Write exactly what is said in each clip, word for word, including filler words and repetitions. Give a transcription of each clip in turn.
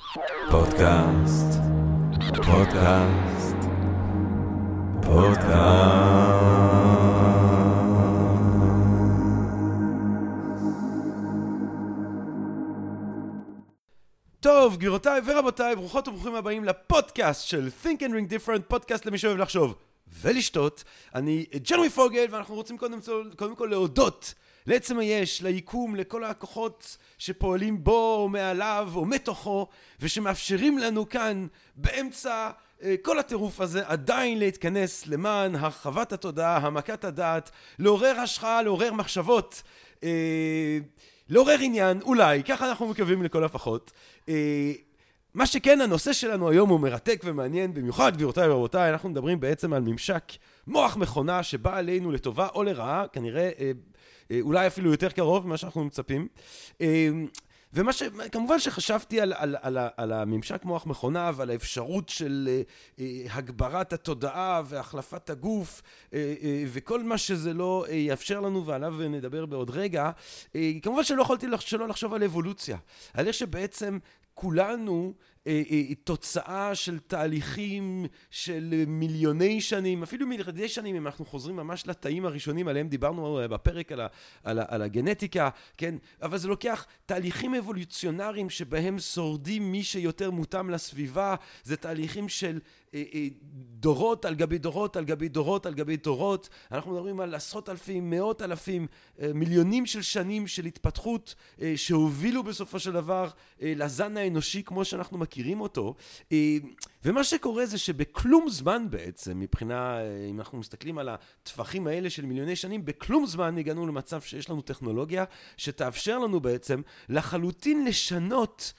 פודקאסט, פודקאסט, פודקאסט. טוב, גבירותיי ורבותיי, ברוכות וברוכים הבאים לפודקאסט של Think and Ring Different, פודקאסט למי שאוהב לחשוב ולשתות. אני ג'רמי פוגל, ואנחנו רוצים קודם, קודם כל להודות לעצם היש, ליקום, לכל הכוחות שפועלים בו או מעליו או מתוכו, ושמאפשרים לנו כאן באמצע כל הטירוף הזה עדיין להתכנס למען הרחבת התודעה, העמקת הדעת, לעורר השחאה, לעורר מחשבות, אה, לעורר עניין, אולי, ככה אנחנו מקווים לכל הפחות. אה, מה שכן, הנושא שלנו היום הוא מרתק ומעניין, במיוחד גבירותיי ורבותיי, אנחנו מדברים בעצם על ממשק מוח מכונה שבא עלינו לטובה או לרעה, כנראה אה, אה, אולי אפילו יותר קרוב ממה שאנחנו מצפים. אה, ומה ש... כמובן שחשבתי על, על, על, על הממשק מוח מכונה ועל האפשרות של אה, אה, הגברת התודעה והחלפת הגוף אה, אה, וכל מה שזה לא אה, יאפשר לנו, ועליו נדבר בעוד רגע. אה, כמובן שלא יכולתי שלא לחשוב על אבולוציה, על איך שבעצם כולנו אה, אה, תוצאה של תהליכים של מיליוני שנים, אפילו מיליארדי שנים, אם אנחנו חוזרים ממש לתאים הראשונים עליהם דיברנו בפרק על, ה, על, ה, על הגנטיקה, כן? אבל זה לוקח תהליכים אבולוציונריים שבהם שורדים מי שיותר מותאם לסביבה, זה תהליכים של אה, אה, דורות על גבי דורות על גבי דורות על גבי דורות. אנחנו מדברים על עשרות אלפים, מאות אלפים, אה, מיליונים של שנים של התפתחות אה, שהובילו בסופו של דבר אה, לזן האנושי כמו שאנחנו מכירים אותו. אה, ומה שקורה זה שבכלום זמן בעצם, מבחינה, אה, אם אנחנו מסתכלים על הטווחים האלה של מיליוני שנים, בכלום זמן הגענו למצב שיש לנו טכנולוגיה שתאפשר לנו בעצם לחלוטין לשנות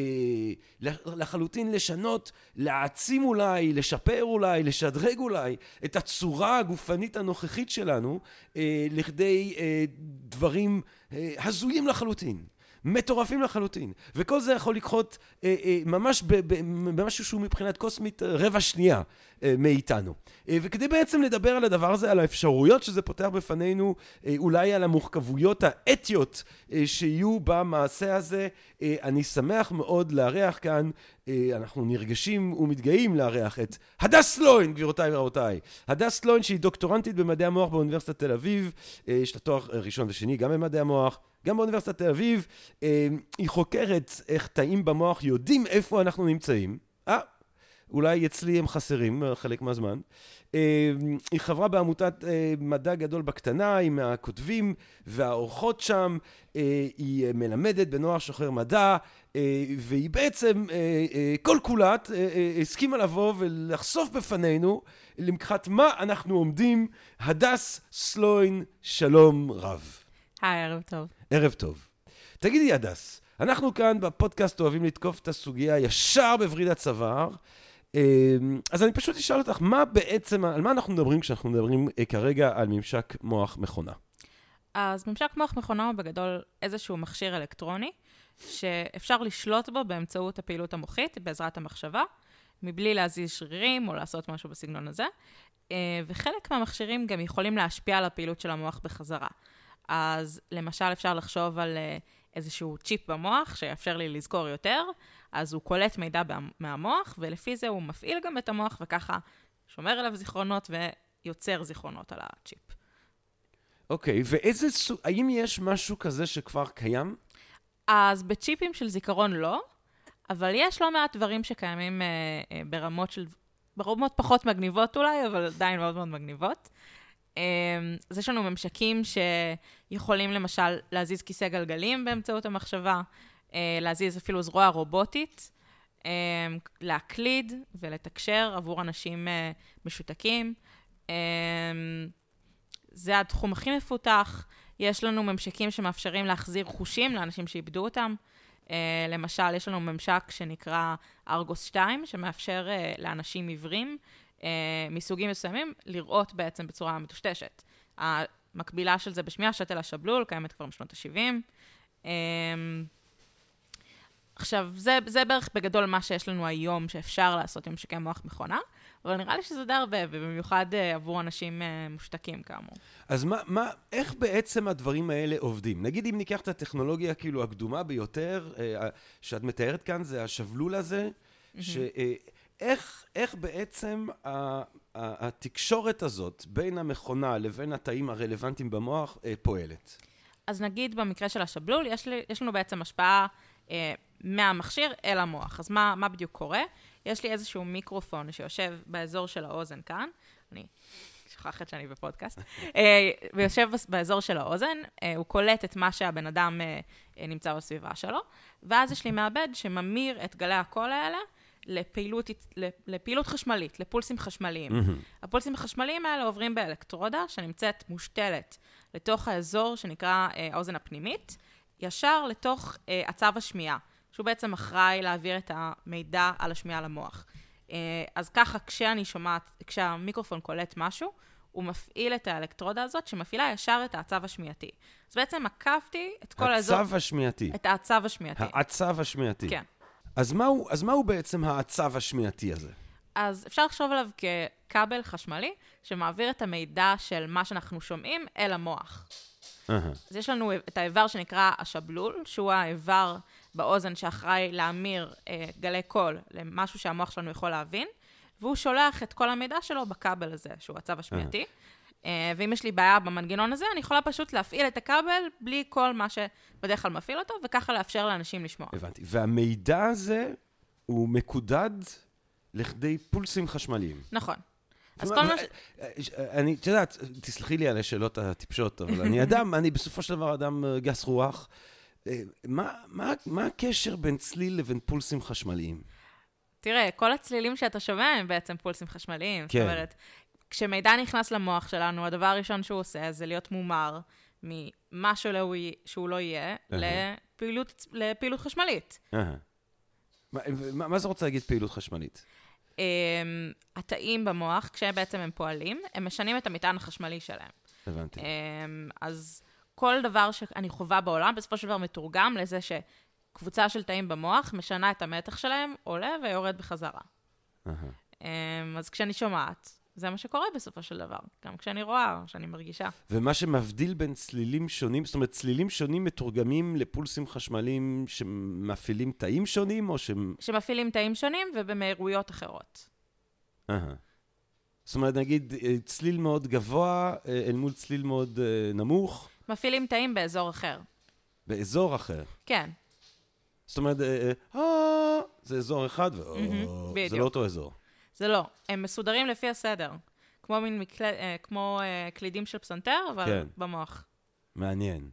לחלוטין לשנות, להעצים אולי, לשפר אולי, לשדרג אולי את הצורה הגופנית הנוכחית שלנו לכדי דברים הזויים לחלוטין, מטורפים לחלוטין. וכל זה יכול לקחות ממש במשהו שהוא מבחינת קוסמית רבע שנייה מאיתנו. וכדי בעצם לדבר על הדבר הזה, על האפשרויות שזה פותח בפנינו, אולי על המורכבויות האתיות שיהיו במעשה הזה, אני שמח מאוד לארח כאן, אנחנו נרגשים ומתגאים לארח את הדס סלוין, גבירותיי ורבותיי. הדס סלוין שהיא דוקטורנטית במדעי המוח באוניברסיטת תל אביב, יש לה תואר ראשון ושני גם במדעי המוח, גם באוניברסיטת תל אביב. היא חוקרת איך תאים במוח יודעים איפה אנחנו נמצאים. אה, אולי אצלי הם חסרים חלק מהזמן. היא חברה בעמותת מדע גדול בקטנה, היא מהכותבים והאורחות שם, היא מלמדת בנוער שוחר מדע, והיא בעצם כל כולת הסכימה לבוא ולחשוף בפנינו למקחת מה אנחנו עומדים. הדס סלוין, שלום רב. היי, ערב טוב. ערב טוב. תגידי הדס, אנחנו כאן בפודקאסט אוהבים לתקוף את הסוגיה ישר בברידת צוואר, אז אני פשוט אשאל אותך, מה בעצם, על מה אנחנו מדברים כשאנחנו מדברים כרגע על ממשק מוח מכונה? אז ממשק מוח מכונה הוא בגדול איזשהו מכשיר אלקטרוני, שאפשר לשלוט בו באמצעות הפעילות המוחית, בעזרת המחשבה, מבלי להזיז שרירים או לעשות משהו בסגנון הזה, וחלק מהמכשירים גם יכולים להשפיע על הפעילות של המוח בחזרה. אז למשל אפשר לחשוב על איזשהו צ'יפ במוח שיאפשר לי לזכור יותר, אז הוא קולט מידע מהמוח, ולפי זה הוא מפעיל גם את המוח, וככה שומר אליו זיכרונות ויוצר זיכרונות על הצ'יפ. אוקיי, ואיזה סוג, האם יש משהו כזה שכבר קיים? אז בצ'יפים של זיכרון לא, אבל יש לא מעט דברים שקיימים אה, אה, ברמות של, ברמות פחות מגניבות אולי, אבל עדיין מאוד מאוד מגניבות. אז יש לנו ממשקים שיכולים למשל להזיז כיסא גלגלים באמצעות המחשבה, להזיז אפילו זרוע רובוטית, להקליד ולתקשר עבור אנשים משותקים. זה התחום הכי מפותח. יש לנו ממשקים שמאפשרים להחזיר חושים לאנשים שאיבדו אותם. למשל, יש לנו ממשק שנקרא ארגוס שתיים, שמאפשר לאנשים עיוורים, מסוגים מסוימים, לראות בעצם בצורה מטושטשת. המקבילה של זה בשמיעה, שתל השבלול, קיימת כבר משנות ה-שבעים. עכשיו, זה, זה בערך בגדול מה שיש לנו היום שאפשר לעשות עם משקי מוח מכונה, אבל נראה לי שזה די הרבה, ובמיוחד עבור אנשים מושתקים כאמור. אז מה, מה, איך בעצם הדברים האלה עובדים? נגיד אם ניקח את הטכנולוגיה כאילו הקדומה ביותר, שאת מתארת כאן, זה השבלול הזה, שאיך, איך בעצם התקשורת הזאת בין המכונה לבין התאים הרלוונטיים במוח פועלת? אז נגיד במקרה של השבלול, יש, לי, יש לנו בעצם השפעה אה, מהמכשיר אל המוח. אז מה, מה בדיוק קורה? יש לי איזשהו מיקרופון שיושב באזור של האוזן כאן, אני שוכחת שאני בפודקאסט, אה, ויושב באזור של האוזן, אה, הוא קולט את מה שהבן אדם אה, אה, נמצא בסביבה שלו, ואז יש לי מעבד שממיר את גלי הקול האלה, לפעילות, לפעילות חשמלית, לפולסים חשמליים. Mm-hmm. הפולסים החשמליים האלה עוברים באלקטרודה שנמצאת מושתלת לתוך האזור שנקרא אה, האוזן הפנימית, ישר לתוך אה, עצב השמיעה, שהוא בעצם אחראי להעביר את המידע על השמיעה למוח. אה, אז ככה כשאני שומעת, כשהמיקרופון קולט משהו, הוא מפעיל את האלקטרודה הזאת שמפעילה ישר את העצב השמיעתי. אז בעצם עקבתי את כל האזור... העצב השמיעתי. את העצב השמיעתי. העצב השמיעתי. כן. אז מהו, אז מהו בעצם העצב השמיעתי הזה? אז אפשר לחשוב עליו ככבל חשמלי, שמעביר את המידע של מה שאנחנו שומעים אל המוח. Uh-huh. אז יש לנו את האיבר שנקרא השבלול, שהוא האיבר באוזן שאחראי להמיר אה, גלי קול למשהו שהמוח שלנו יכול להבין, והוא שולח את כל המידע שלו בכבל הזה, שהוא העצב השמיעתי. Uh-huh. אה, ואם יש לי בעיה במנגנון הזה, אני יכולה פשוט להפעיל את הכבל בלי כל מה שבדרך כלל מפעיל אותו, וככה לאפשר לאנשים לשמוע. הבנתי. והמידע הזה הוא מקודד לכדי פולסים חשמליים. נכון. אז כל מה ש... אני, את יודעת, תסלחי לי על השאלות הטיפשות, אבל אני אדם, אני בסופו של דבר אדם גס רוח. מה, מה, מה הקשר בין צליל לבין פולסים חשמליים? תראה, כל הצלילים שאתה שומע הם בעצם פולסים חשמליים. כן. זאת אומרת, כשמידע נכנס למוח שלנו, הדבר הראשון שהוא עושה זה להיות מומר ממה שלו שהוא לא יהיה לפעילות, לפעילות חשמלית. מה, מה זה רוצה להגיד פעילות חשמלית? Um, התאים במוח, כשבעצם הם פועלים, הם משנים את המטען החשמלי שלהם. הבנתי. Um, אז כל דבר שאני חובה בעולם, בסופו של דבר מתורגם לזה שקבוצה של תאים במוח משנה את המתח שלהם, עולה ויורד בחזרה. Uh-huh. Um, אז כשאני שומעת, זה מה שקורה בסופו של דבר, גם כשאני רואה, כשאני מרגישה. ומה שמבדיל בין צלילים שונים, זאת אומרת, צלילים שונים מתורגמים לפולסים חשמליים שמפעילים תאים שונים, או שהם... שמפעילים תאים שונים ובמהירויות אחרות. אהה. זאת אומרת, נגיד, צליל מאוד גבוה אל מול צליל מאוד נמוך. מפעילים תאים באזור אחר. באזור אחר? כן. זאת אומרת, אה, זה אזור אחד, וזה לא אותו אזור. זה לא, הם מסודרים לפי הסדר, כמו מין מקל... כמו uh, קלידים של פסנתר, אבל כן. במוח. מעניין.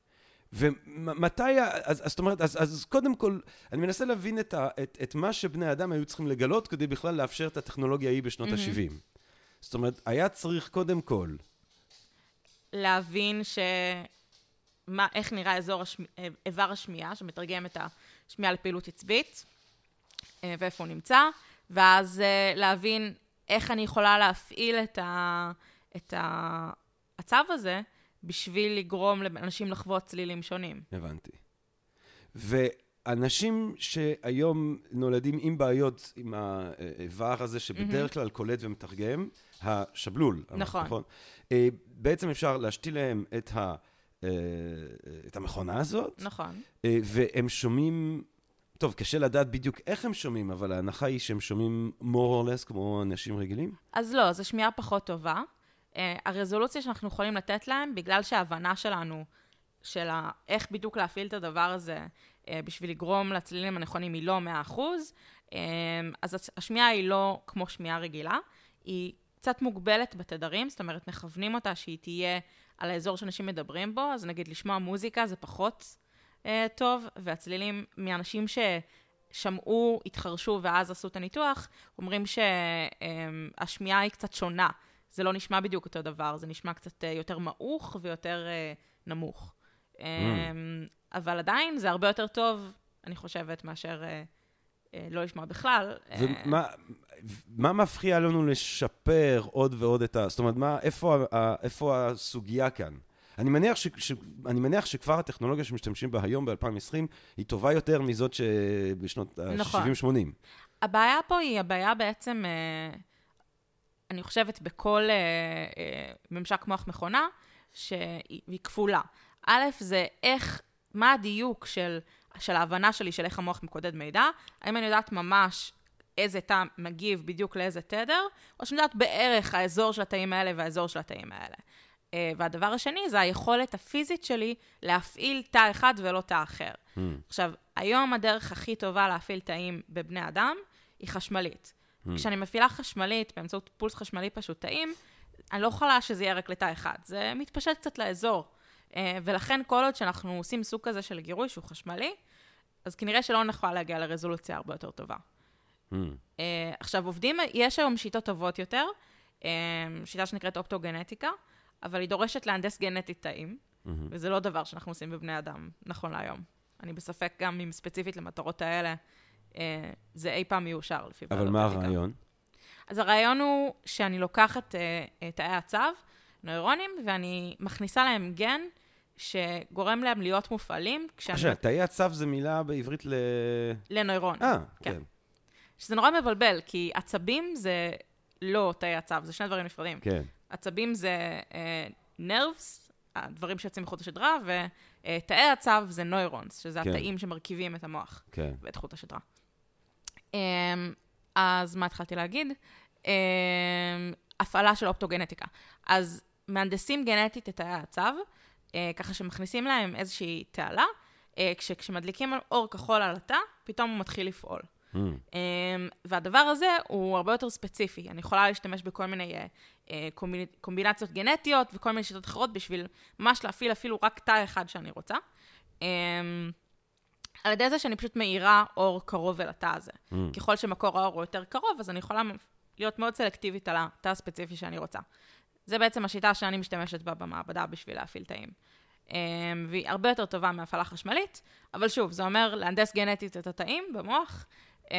ומתי, אז, אז זאת אומרת, אז, אז קודם כל, אני מנסה להבין את, ה, את, את מה שבני אדם היו צריכים לגלות, כדי בכלל לאפשר את הטכנולוגיה ההיא בשנות mm-hmm. ה-שבעים. זאת אומרת, היה צריך קודם כל... להבין ש... מה, איך נראה אזור השמ... איבר השמיעה, שמתרגם את השמיעה לפעילות עצבית, ואיפה הוא נמצא, ואז uh, להבין איך אני יכולה להפעיל את, ה, את הצו הזה, בשביל לגרום לאנשים לחוות צלילים שונים. הבנתי. ואנשים שהיום נולדים עם בעיות, עם האיבר הזה, שבדרך כלל קולט ומתרגם, השבלול. נכון. נכון. בעצם אפשר להשתיל להם את, ה, את המכונה הזאת. נכון. והם שומעים... טוב, קשה לדעת בדיוק איך הם שומעים, אבל ההנחה היא שהם שומעים more or less כמו אנשים רגילים? אז לא, זו שמיעה פחות טובה. Uh, הרזולוציה שאנחנו יכולים לתת להם, בגלל שההבנה שלנו, של איך בדיוק להפעיל את הדבר הזה, uh, בשביל לגרום לצלילים הנכונים, היא לא מאה אחוז, uh, אז השמיעה היא לא כמו שמיעה רגילה, היא קצת מוגבלת בתדרים, זאת אומרת, מכוונים אותה שהיא תהיה על האזור שאנשים מדברים בו, אז נגיד לשמוע מוזיקה זה פחות... טוב, והצלילים מאנשים ששמעו, התחרשו ואז עשו את הניתוח, אומרים שהשמיעה היא קצת שונה. זה לא נשמע בדיוק אותו דבר, זה נשמע קצת יותר מעוך ויותר נמוך. Mm. אבל עדיין זה הרבה יותר טוב, אני חושבת, מאשר לא לשמוע בכלל. ומה מה מפריע לנו לשפר עוד ועוד את ה... זאת אומרת, מה, איפה, איפה הסוגיה כאן? אני מניח, ש, ש, אני מניח שכבר הטכנולוגיה שמשתמשים בה היום ב-אלפיים ועשרים היא טובה יותר מזאת שבשנות ה-שבעים שמונים. הבעיה פה היא הבעיה בעצם, אני חושבת בכל אה, אה, ממשק מוח מכונה, שהיא כפולה. א', זה איך, מה הדיוק של, של ההבנה שלי של איך המוח מקודד מידע, האם אני יודעת ממש איזה תא מגיב בדיוק לאיזה תדר, או שאני יודעת בערך האזור של התאים האלה והאזור של התאים האלה. והדבר השני זה היכולת הפיזית שלי להפעיל תא אחד ולא תא אחר. Mm. עכשיו, היום הדרך הכי טובה להפעיל תאים בבני אדם היא חשמלית. Mm. כשאני מפעילה חשמלית, באמצעות פולס חשמלי פשוט תאים, אני לא יכולה שזה יהיה רק לתא אחד. זה מתפשט קצת לאזור. ולכן כל עוד שאנחנו עושים סוג כזה של גירוי שהוא חשמלי, אז כנראה שלא נוכל להגיע לרזולוציה הרבה יותר טובה. Mm. עכשיו, עובדים, יש היום שיטות טובות יותר, שיטה שנקראת אופטוגנטיקה, אבל היא דורשת להנדס גנטית תאים, mm-hmm. וזה לא דבר שאנחנו עושים בבני אדם, נכון להיום. אני בספק גם אם ספציפית למטרות האלה, אה, זה אי פעם מיושר לפי ועדות אבל מה הרעיון? אז הרעיון הוא שאני לוקחת אה, תאי הצו, נוירונים, ואני מכניסה להם גן שגורם להם להיות מופעלים. עכשיו, תאי הצו זה מילה בעברית ל... לנוירון. אה, כן. כן. שזה נורא מבלבל, כי עצבים זה לא תאי הצו, זה שני דברים נפרדים. כן. עצבים זה נרבס, הדברים שיוצאים מחוט השדרה, ותאי הצו זה נוירונס, שזה כן. התאים שמרכיבים את המוח כן. ואת חוט השדרה. אז מה התחלתי להגיד? הפעלה של אופטוגנטיקה. אז מהנדסים גנטית את תאי הצו, ככה שמכניסים להם איזושהי תעלה, כשמדליקים אור כחול על התא, פתאום הוא מתחיל לפעול. Mm. Um, והדבר הזה הוא הרבה יותר ספציפי. אני יכולה להשתמש בכל מיני uh, קומביני, קומבינציות גנטיות וכל מיני שיטות אחרות בשביל ממש להפעיל אפילו רק תא אחד שאני רוצה. Um, על ידי זה שאני פשוט מאירה אור קרוב אל התא הזה. Mm. ככל שמקור האור הוא יותר קרוב, אז אני יכולה להיות מאוד סלקטיבית על התא הספציפי שאני רוצה. זה בעצם השיטה שאני משתמשת בה במעבדה בשביל להפעיל תאים. Um, והיא הרבה יותר טובה מהפעלה חשמלית, אבל שוב, זה אומר להנדס גנטית את התאים במוח, Um,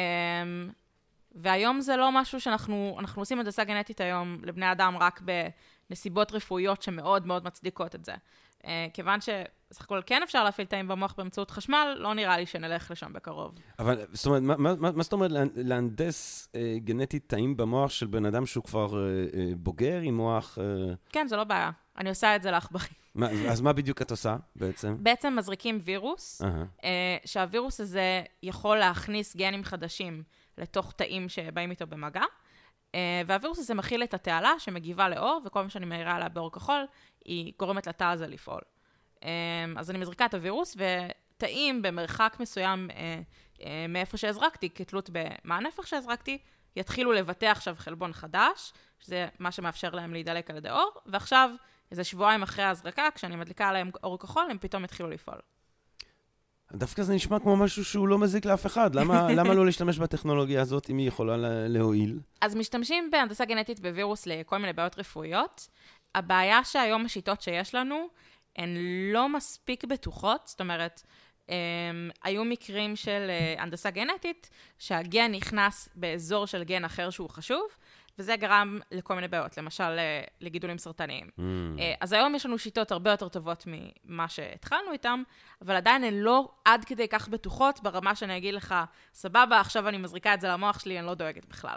והיום זה לא משהו שאנחנו אנחנו עושים הנדסה גנטית היום לבני אדם רק בנסיבות רפואיות שמאוד מאוד מצדיקות את זה. Uh, כיוון שסך הכל כן אפשר להפעיל תאים במוח באמצעות חשמל, לא נראה לי שנלך לשם בקרוב. אבל זאת אומרת, מה, מה, מה זאת אומרת להנדס uh, גנטית תאים במוח של בן אדם שהוא כבר uh, uh, בוגר עם מוח? Uh... כן, זה לא בעיה. אני עושה את זה לעכברים. מה, אז מה בדיוק את עושה בעצם? בעצם מזריקים וירוס, uh-huh. שהווירוס הזה יכול להכניס גנים חדשים לתוך תאים שבאים איתו במגע, והווירוס הזה מכיל את התעלה שמגיבה לאור, וכל מה שאני מאירה עליה באור כחול, היא גורמת לתא הזה לפעול. אז אני מזריקה את הווירוס, ותאים במרחק מסוים מאיפה שהזרקתי, כתלות במה הנפח שהזרקתי, יתחילו לבטא עכשיו חלבון חדש, שזה מה שמאפשר להם להידלק על ידי אור, ועכשיו איזה שבועיים אחרי ההזרקה, כשאני מדליקה עליהם אור כחול, הם פתאום התחילו לפעול. דווקא זה נשמע כמו משהו שהוא לא מזיק לאף אחד. למה, למה לא להשתמש בטכנולוגיה הזאת אם היא יכולה להועיל? אז משתמשים בהנדסה גנטית בווירוס לכל מיני בעיות רפואיות. הבעיה שהיום השיטות שיש לנו, הן לא מספיק בטוחות. זאת אומרת, הם, היו מקרים של הנדסה גנטית, שהגן נכנס באזור של גן אחר שהוא חשוב, וזה גרם לכל מיני בעיות, למשל לגידולים סרטניים. Mm. אז היום יש לנו שיטות הרבה יותר טובות ממה שהתחלנו איתם, אבל עדיין הן לא עד כדי כך בטוחות, ברמה שאני אגיד לך, סבבה, עכשיו אני מזריקה את זה למוח שלי, אני לא דואגת בכלל.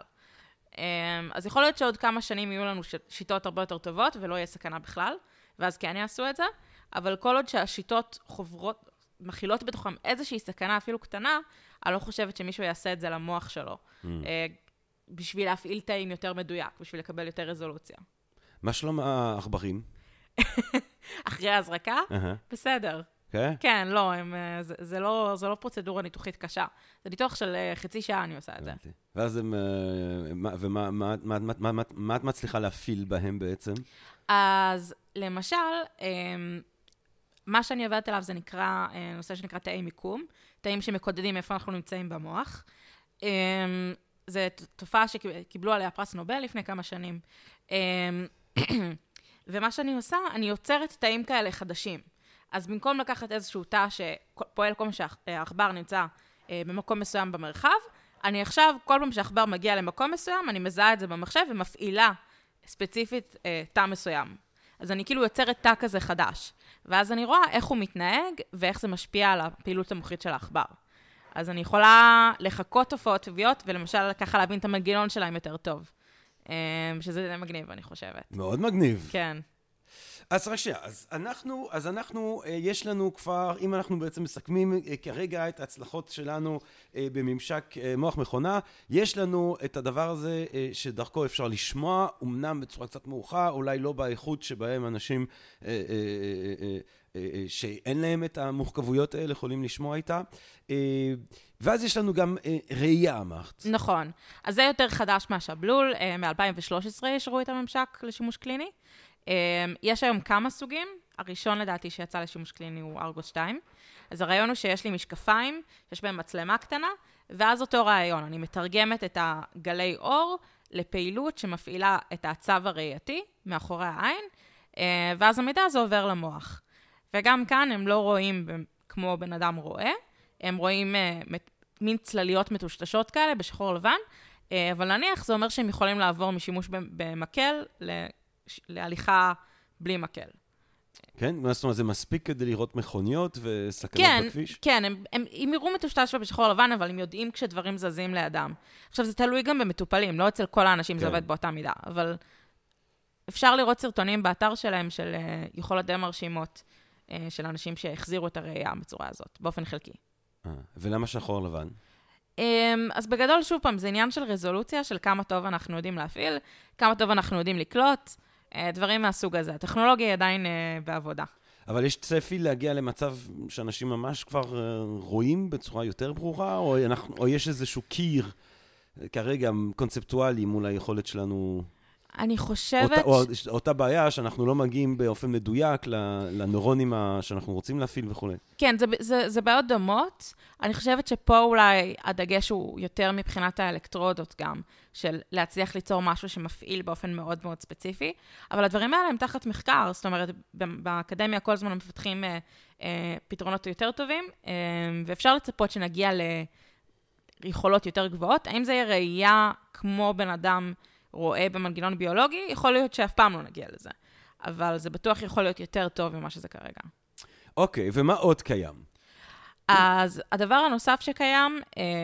אז יכול להיות שעוד כמה שנים יהיו לנו שיטות הרבה יותר טובות, ולא יהיה סכנה בכלל, ואז כן יעשו את זה, אבל כל עוד שהשיטות חוברות, מכילות בתוכם איזושהי סכנה אפילו קטנה, אני לא חושבת שמישהו יעשה את זה למוח שלו. Mm. בשביל להפעיל תאים יותר מדויק, בשביל לקבל יותר רזולוציה. מה שלום העכברים? אחרי ההזרקה? בסדר. כן? כן, לא, זה לא פרוצדורה ניתוחית קשה. זה ניתוח של חצי שעה אני עושה את זה. ואז הם, ומה את מצליחה להפעיל בהם בעצם? אז למשל, מה שאני עובדת עליו זה נקרא, נושא שנקרא תאי מיקום, תאים שמקודדים איפה אנחנו נמצאים במוח. זו תופעה שקיבלו עליה פרס נובל לפני כמה שנים. ומה שאני עושה, אני יוצרת תאים כאלה חדשים. אז במקום לקחת איזשהו תא שפועל כל פעם שהעכבר נמצא במקום מסוים במרחב, אני עכשיו, כל פעם שהעכבר מגיע למקום מסוים, אני מזהה את זה במחשב ומפעילה ספציפית תא מסוים. אז אני כאילו יוצרת תא כזה חדש. ואז אני רואה איך הוא מתנהג ואיך זה משפיע על הפעילות המוחית של העכבר. אז אני יכולה לחכות תופעות טבעיות, ולמשל ככה להבין את המנגנון שלהם יותר טוב. שזה מגניב, אני חושבת. מאוד מגניב. כן. אז רק שנייה, אז אנחנו, אז אנחנו, יש לנו כבר, אם אנחנו בעצם מסכמים כרגע את ההצלחות שלנו בממשק מוח מכונה, יש לנו את הדבר הזה שדרכו אפשר לשמוע, אמנם בצורה קצת מאוחר, אולי לא באיכות שבהם אנשים שאין להם את המורכבויות האלה יכולים לשמוע איתה, ואז יש לנו גם ראייה, אמרת. נכון. אז זה יותר חדש מהשבלול, מ-אלפיים ושלוש עשרה ישרו את הממשק לשימוש קליני. יש היום כמה סוגים, הראשון לדעתי שיצא לשימוש קליני הוא ארגוס שתיים, אז הרעיון הוא שיש לי משקפיים, שיש בהם מצלמה קטנה, ואז אותו רעיון, אני מתרגמת את הגלי אור לפעילות שמפעילה את הצו הראייתי מאחורי העין, ואז המידע הזה עובר למוח. וגם כאן הם לא רואים כמו בן אדם רואה, הם רואים מין צלליות מטושטשות כאלה בשחור לבן, אבל נניח זה אומר שהם יכולים לעבור משימוש במקל להליכה בלי מקל. כן? זאת אומרת, זה מספיק כדי לראות מכוניות וסכנות כן, בכביש? כן, הם, הם, הם יראו מטושטש בשחור לבן, אבל הם יודעים כשדברים זזים לאדם. עכשיו, זה תלוי גם במטופלים, לא אצל כל האנשים כן. זה עובד באותה מידה, אבל אפשר לראות סרטונים באתר שלהם של uh, יכולות די מרשימות uh, של אנשים שהחזירו את הראייה בצורה הזאת, באופן חלקי. אה, ולמה שחור לבן? Um, אז בגדול, שוב פעם, זה עניין של רזולוציה, של כמה טוב אנחנו יודעים להפעיל, כמה טוב אנחנו יודעים לקלוט, דברים מהסוג הזה. הטכנולוגיה היא עדיין בעבודה. אבל יש צפי להגיע למצב שאנשים ממש כבר רואים בצורה יותר ברורה, או, אנחנו, או יש איזשהו קיר כרגע קונספטואלי מול היכולת שלנו... אני חושבת... אותה, ש... או, אותה בעיה שאנחנו לא מגיעים באופן מדויק לנוירונים שאנחנו רוצים להפעיל וכו'. כן, זה, זה, זה בעיות דומות. אני חושבת שפה אולי הדגש הוא יותר מבחינת האלקטרודות גם, של להצליח ליצור משהו שמפעיל באופן מאוד מאוד ספציפי, אבל הדברים האלה הם תחת מחקר, זאת אומרת, באקדמיה כל הזמן הם מפתחים אה, אה, פתרונות יותר טובים, אה, ואפשר לצפות שנגיע ליכולות יותר גבוהות. האם זה יהיה ראייה כמו בן אדם רואה במנגנון ביולוגי? יכול להיות שאף פעם לא נגיע לזה, אבל זה בטוח יכול להיות יותר טוב ממה שזה כרגע. אוקיי, ומה עוד קיים? אז הדבר הנוסף שקיים,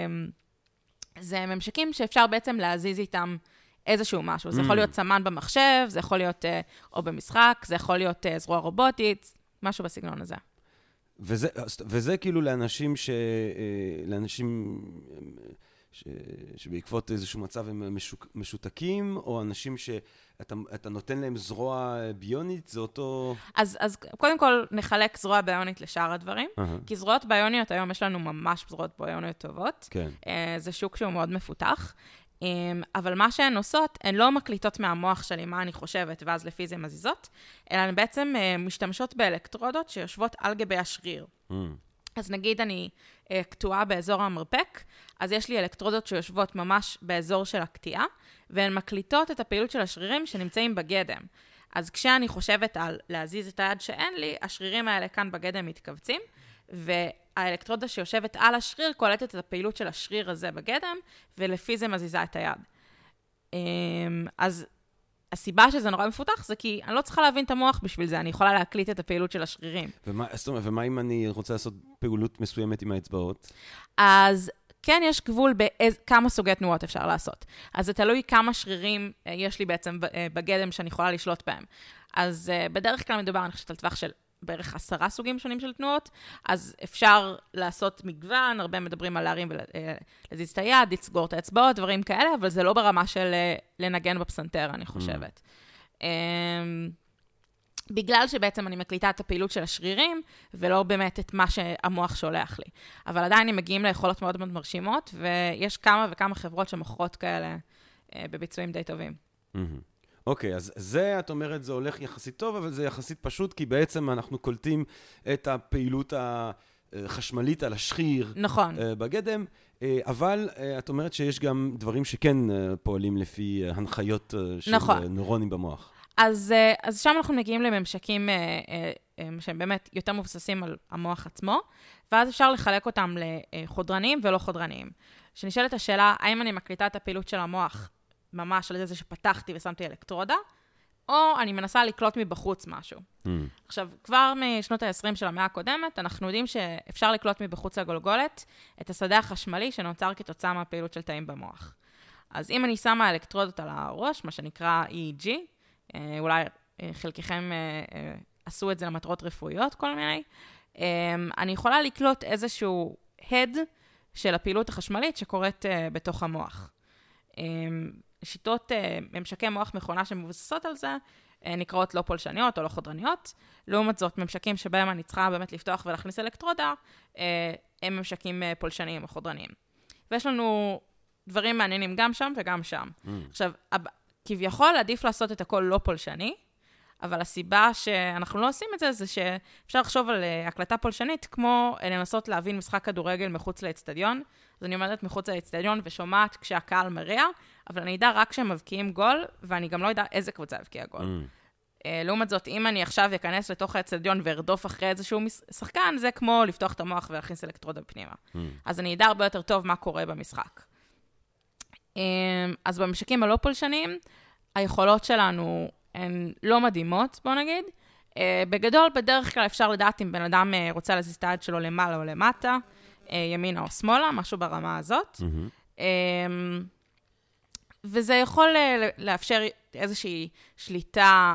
זה ממשקים שאפשר בעצם להזיז איתם איזשהו משהו. זה יכול להיות סמן במחשב, זה יכול להיות או במשחק, זה יכול להיות זרוע רובוטית, משהו בסגנון הזה. וזה, וזה כאילו לאנשים ש... לאנשים ש... שבעקבות איזשהו מצב הם משוק... משותקים, או אנשים שאתה אתה נותן להם זרוע ביונית, זה אותו... אז, אז קודם כל נחלק זרוע ביונית לשאר הדברים, uh-huh. כי זרועות ביוניות, היום יש לנו ממש זרועות ביוניות טובות. כן. זה שוק שהוא מאוד מפותח. אבל מה שהן עושות, הן לא מקליטות מהמוח שלי מה אני חושבת, ואז לפי זה מזיזות, אלא הן בעצם משתמשות באלקטרודות שיושבות על גבי השריר. Mm. אז נגיד אני קטועה באזור המרפק, אז יש לי אלקטרודות שיושבות ממש באזור של הקטיעה, והן מקליטות את הפעילות של השרירים שנמצאים בגדם. אז כשאני חושבת על להזיז את היד שאין לי, השרירים האלה כאן בגדם מתכווצים, והאלקטרודה שיושבת על השריר קולטת את הפעילות של השריר הזה בגדם, ולפי זה מזיזה את היד. אז הסיבה שזה נורא מפותח זה כי אני לא צריכה להבין את המוח בשביל זה, אני יכולה להקליט את הפעילות של השרירים. ומה, זאת אומרת, ומה אם אני רוצה לעשות פעילות מסוימת עם האצבעות? אז כן, יש גבול בכמה סוגי תנועות אפשר לעשות. אז זה תלוי כמה שרירים יש לי בעצם בגדם שאני יכולה לשלוט בהם. אז בדרך כלל מדובר, אני חושבת על טווח של בערך עשרה סוגים שונים של תנועות, אז אפשר לעשות מגוון, הרבה מדברים על להרים ולהזיז את היד, לסגור את האצבעות, דברים כאלה, אבל זה לא ברמה של לנגן בפסנתר, אני חושבת. Mm. בגלל שבעצם אני מקליטה את הפעילות של השרירים, ולא באמת את מה שהמוח שולח לי. אבל עדיין הם מגיעים ליכולות מאוד מאוד מרשימות, ויש כמה וכמה חברות שמוכרות כאלה בביצועים די טובים. Mm-hmm. אוקיי, אז זה, את אומרת, זה הולך יחסית טוב, אבל זה יחסית פשוט, כי בעצם אנחנו קולטים את הפעילות החשמלית על השריר נכון. בגדם, אבל את אומרת שיש גם דברים שכן פועלים לפי הנחיות של נכון. נוירונים במוח. אז, אז שם אנחנו מגיעים לממשקים שהם באמת יותר מבוססים על המוח עצמו, ואז אפשר לחלק אותם לחודרניים ולא חודרניים. שנשאלת השאלה, האם אני מקליטה את הפעילות של המוח ממש על זה שפתחתי ושמתי אלקטרודה, או אני מנסה לקלוט מבחוץ משהו. Mm. עכשיו, כבר משנות ה-עשרים של המאה הקודמת, אנחנו יודעים שאפשר לקלוט מבחוץ הגולגולת את השדה החשמלי שנוצר כתוצאה מהפעילות של תאים במוח. אז אם אני שמה אלקטרודות על הראש, מה שנקרא E E G, אולי חלקכם עשו את זה למטרות רפואיות, כל מיני, אני יכולה לקלוט איזשהו הד של הפעילות החשמלית שקורית בתוך המוח. שיטות ממשקי מוח מכונה שמבוססות על זה, נקראות לא פולשניות או לא חודרניות. לעומת זאת, ממשקים שבהם אני צריכה באמת לפתוח ולהכניס אלקטרודה, הם ממשקים פולשניים או חודרניים. ויש לנו דברים מעניינים גם שם וגם שם. Mm. עכשיו, כביכול עדיף לעשות את הכל לא פולשני, אבל הסיבה שאנחנו לא עושים את זה, זה שאפשר לחשוב על הקלטה פולשנית, כמו לנסות להבין משחק כדורגל מחוץ לאצטדיון. אז אני עומדת מחוץ לאצטדיון ושומעת כשהקהל מריע, אבל אני אדע רק כשהם מבקיעים גול, ואני גם לא יודע איזה קבוצה הבקיעה גול. Mm. לעומת זאת, אם אני עכשיו אכנס לתוך האצטדיון וארדוף אחרי איזשהו שחקן, זה כמו לפתוח את המוח ולהכניס אלקטרודה בפנימה. Mm. אז אני אדע הרבה יותר טוב מה קורה במשחק. אז במשקים הלא פולשניים, היכולות שלנו הן לא מדהימות, בוא נגיד. בגדול, בדרך כלל אפשר לדעת אם בן אדם רוצה להזיז את היד שלו למעלה או למטה, ימינה או שמאלה, משהו ברמה הזאת. Mm-hmm. וזה יכול לאפשר איזושהי שליטה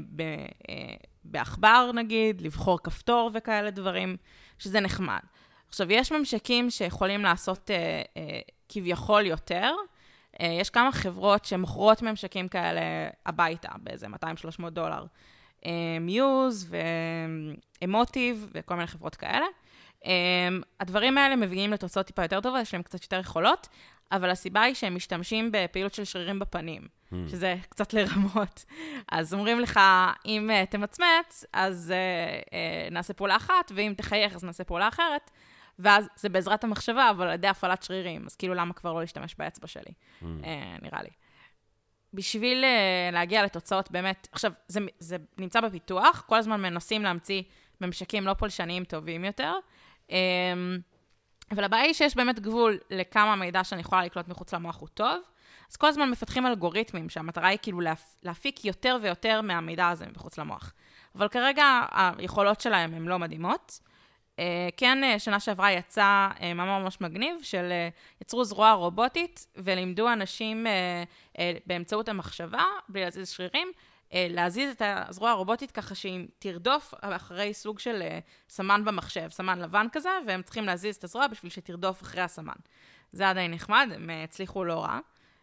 באחבר, נגיד, לבחור כפתור וכאלה דברים, שזה נחמד. עכשיו, יש ממשקים שיכולים לעשות כביכול יותר, יש כמה חברות שמוכרות ממשקים כאלה הביתה, באיזה מאתיים שלוש מאות דולר. מיוז ואמוטיב וכל מיני חברות כאלה. הדברים האלה מביאים לתוצאות טיפה יותר טובה, יש להם קצת יותר יכולות, אבל הסיבה היא שהם משתמשים בפעילות של שרירים בפנים, mm. שזה קצת לרמות. אז אומרים לך, אם תמצמץ, אז uh, uh, נעשה פעולה אחת, ואם תחייך, אז נעשה פעולה אחרת. ואז זה בעזרת המחשבה, אבל על ידי הפעלת שרירים. אז כאילו, למה כבר לא להשתמש באצבע שלי? Mm. Uh, נראה לי. בשביל uh, להגיע לתוצאות באמת, עכשיו, זה, זה נמצא בפיתוח, כל הזמן מנסים להמציא ממשקים לא פולשניים טובים יותר, um, אבל הבעיה היא שיש באמת גבול לכמה מידע שאני יכולה לקלוט מחוץ למוח הוא טוב, אז כל הזמן מפתחים אלגוריתמים, שהמטרה היא כאילו להפיק יותר ויותר מהמידע הזה מחוץ למוח. אבל כרגע היכולות שלהם הן לא מדהימות. כן, שנה שעברה יצא ממש ממש מגניב, של יצרו זרוע רובוטית, ולימדו אנשים באמצעות המחשבה, בלי להזיז שרירים, להזיז את הזרוע הרובוטית ככה שהיא תרדוף אחרי סוג של סמן במחשב, סמן לבן כזה, והם צריכים להזיז את הזרוע בשביל שתרדוף אחרי הסמן. זה עדיין נחמד, הם הצליחו לא רע.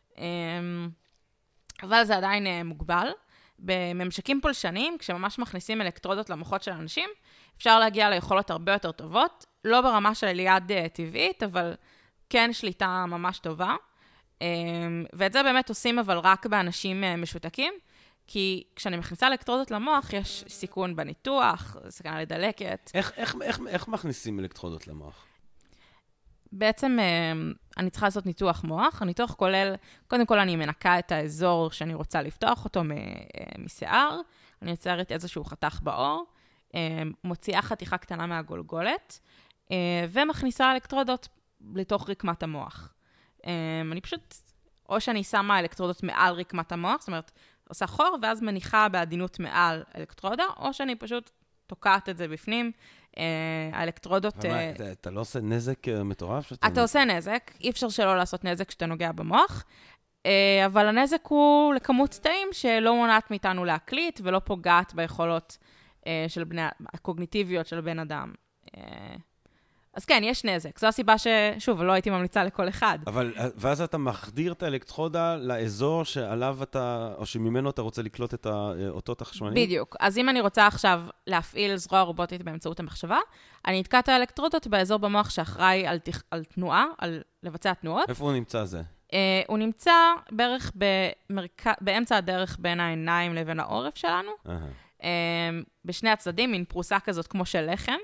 אבל זה עדיין מוגבל. בממשקים פולשניים, כשממש מכניסים אלקטרודות למוחות של אנשים, אפשר להגיע ליכולות הרבה יותר טובות, לא ברמה של ליד טבעית, אבל כן שליטה ממש טובה. ואת זה באמת עושים אבל רק באנשים משותקים, כי כשאני מכניסה אלקטרודות למוח, יש סיכון בניתוח, סכנה לדלקת. איך, איך, איך, איך מכניסים אלקטרודות למוח? בעצם אני צריכה לעשות ניתוח מוח. הניתוח כולל, קודם כל אני מנקה את האזור שאני רוצה לפתוח אותו משיער, אני יוצרת איזשהו חתך בעור, מוציאה חתיכה קטנה מהגולגולת, ומכניסה אלקטרודות לתוך רקמת המוח. אני פשוט, או שאני שמה אלקטרודות מעל רקמת המוח, זאת אומרת, עושה חור, ואז מניחה בעדינות מעל אלקטרודה, או שאני פשוט תוקעת את זה בפנים. האלקטרודות... אתה לא עושה נזק מטורף? אתה עושה נזק, אי אפשר שלא לעשות נזק כשאתה נוגע במוח, אבל הנזק הוא לכמות תאים שלא מונעת מאיתנו להקליט, ולא פוגעת ביכולות הקוגניטיביות של בן אדם. אז כן, יש נזק. זו הסיבה ששוב, לא הייתי ממליצה לכל אחד. אבל, ואז אתה מחדיר את האלקטרודה לאזור שעליו אתה, או שממנו אתה רוצה לקלוט את האותות החשמליים? בדיוק. אז אם אני רוצה עכשיו להפעיל זרוע רובוטית באמצעות המחשבה, אני אתקע את האלקטרודות באזור במוח שאחראי על, תכ... על תנועה, על לבצע תנועות. איפה הוא נמצא זה? Uh, הוא נמצא בערך במרק... באמצע הדרך בין העיניים לבין העורף שלנו. Uh-huh. Uh, בשני הצדדים, מין פרוסה כזאת כמו של לחם.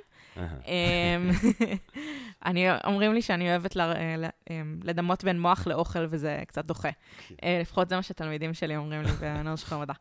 אומרים לי שאני אוהבת לדמות בין מוח לאוכל, וזה קצת דוחה. לפחות זה מה שתלמידים שלי אומרים לי בנור שחור מדע.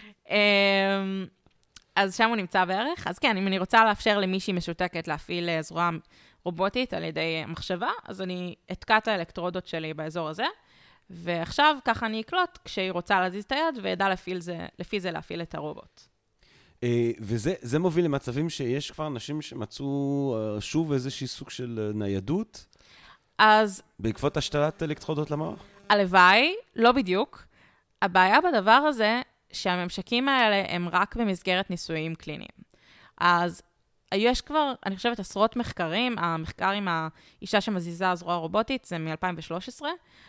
אז שם הוא נמצא בערך. אז כן, אם אני רוצה לאפשר למישהי משותקת להפעיל זרוע רובוטית על ידי מחשבה, אז אני אתקע את האלקטרודות שלי באזור הזה, ועכשיו ככה אני אקלוט כשהיא רוצה להזיז את היד, וידע לפי זה להפעיל את הרובוט. וזה זה מוביל למצבים שיש כבר אנשים שמצאו שוב איזושהי סוג של ניידות? אז... בעקבות השתלת אלקטרודות למוח? הלוואי, לא בדיוק. הבעיה בדבר הזה, שהממשקים האלה הם רק במסגרת ניסויים קליניים. אז יש כבר, אני חושבת, עשרות מחקרים, המחקר עם האישה שמזיזה זרוע רובוטית, זה מ-אלפיים ושלוש עשרה,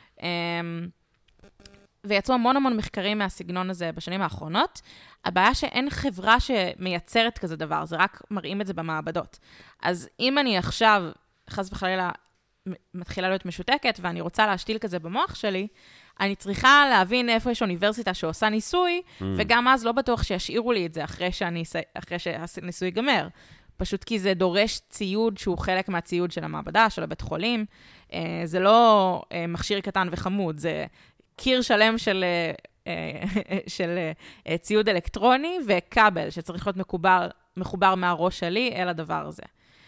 ויצאו המון המון מחקרים מהסגנון הזה בשנים האחרונות. הבעיה שאין חברה שמייצרת כזה דבר, זה רק מראים את זה במעבדות. אז אם אני עכשיו, חס וחלילה, מתחילה להיות משותקת, ואני רוצה להשתיל כזה במוח שלי, אני צריכה להבין איפה יש אוניברסיטה שעושה ניסוי, mm. וגם אז לא בטוח שישאירו לי את זה אחרי, שאני, אחרי שהניסוי ייגמר. פשוט כי זה דורש ציוד שהוא חלק מהציוד של המעבדה, של הבית חולים. זה לא מכשיר קטן וחמוד, זה קיר שלם של, של ציוד אלקטרוני וכבל שצריך להיות מחובר, מחובר מהראש שלי אל הדבר הזה.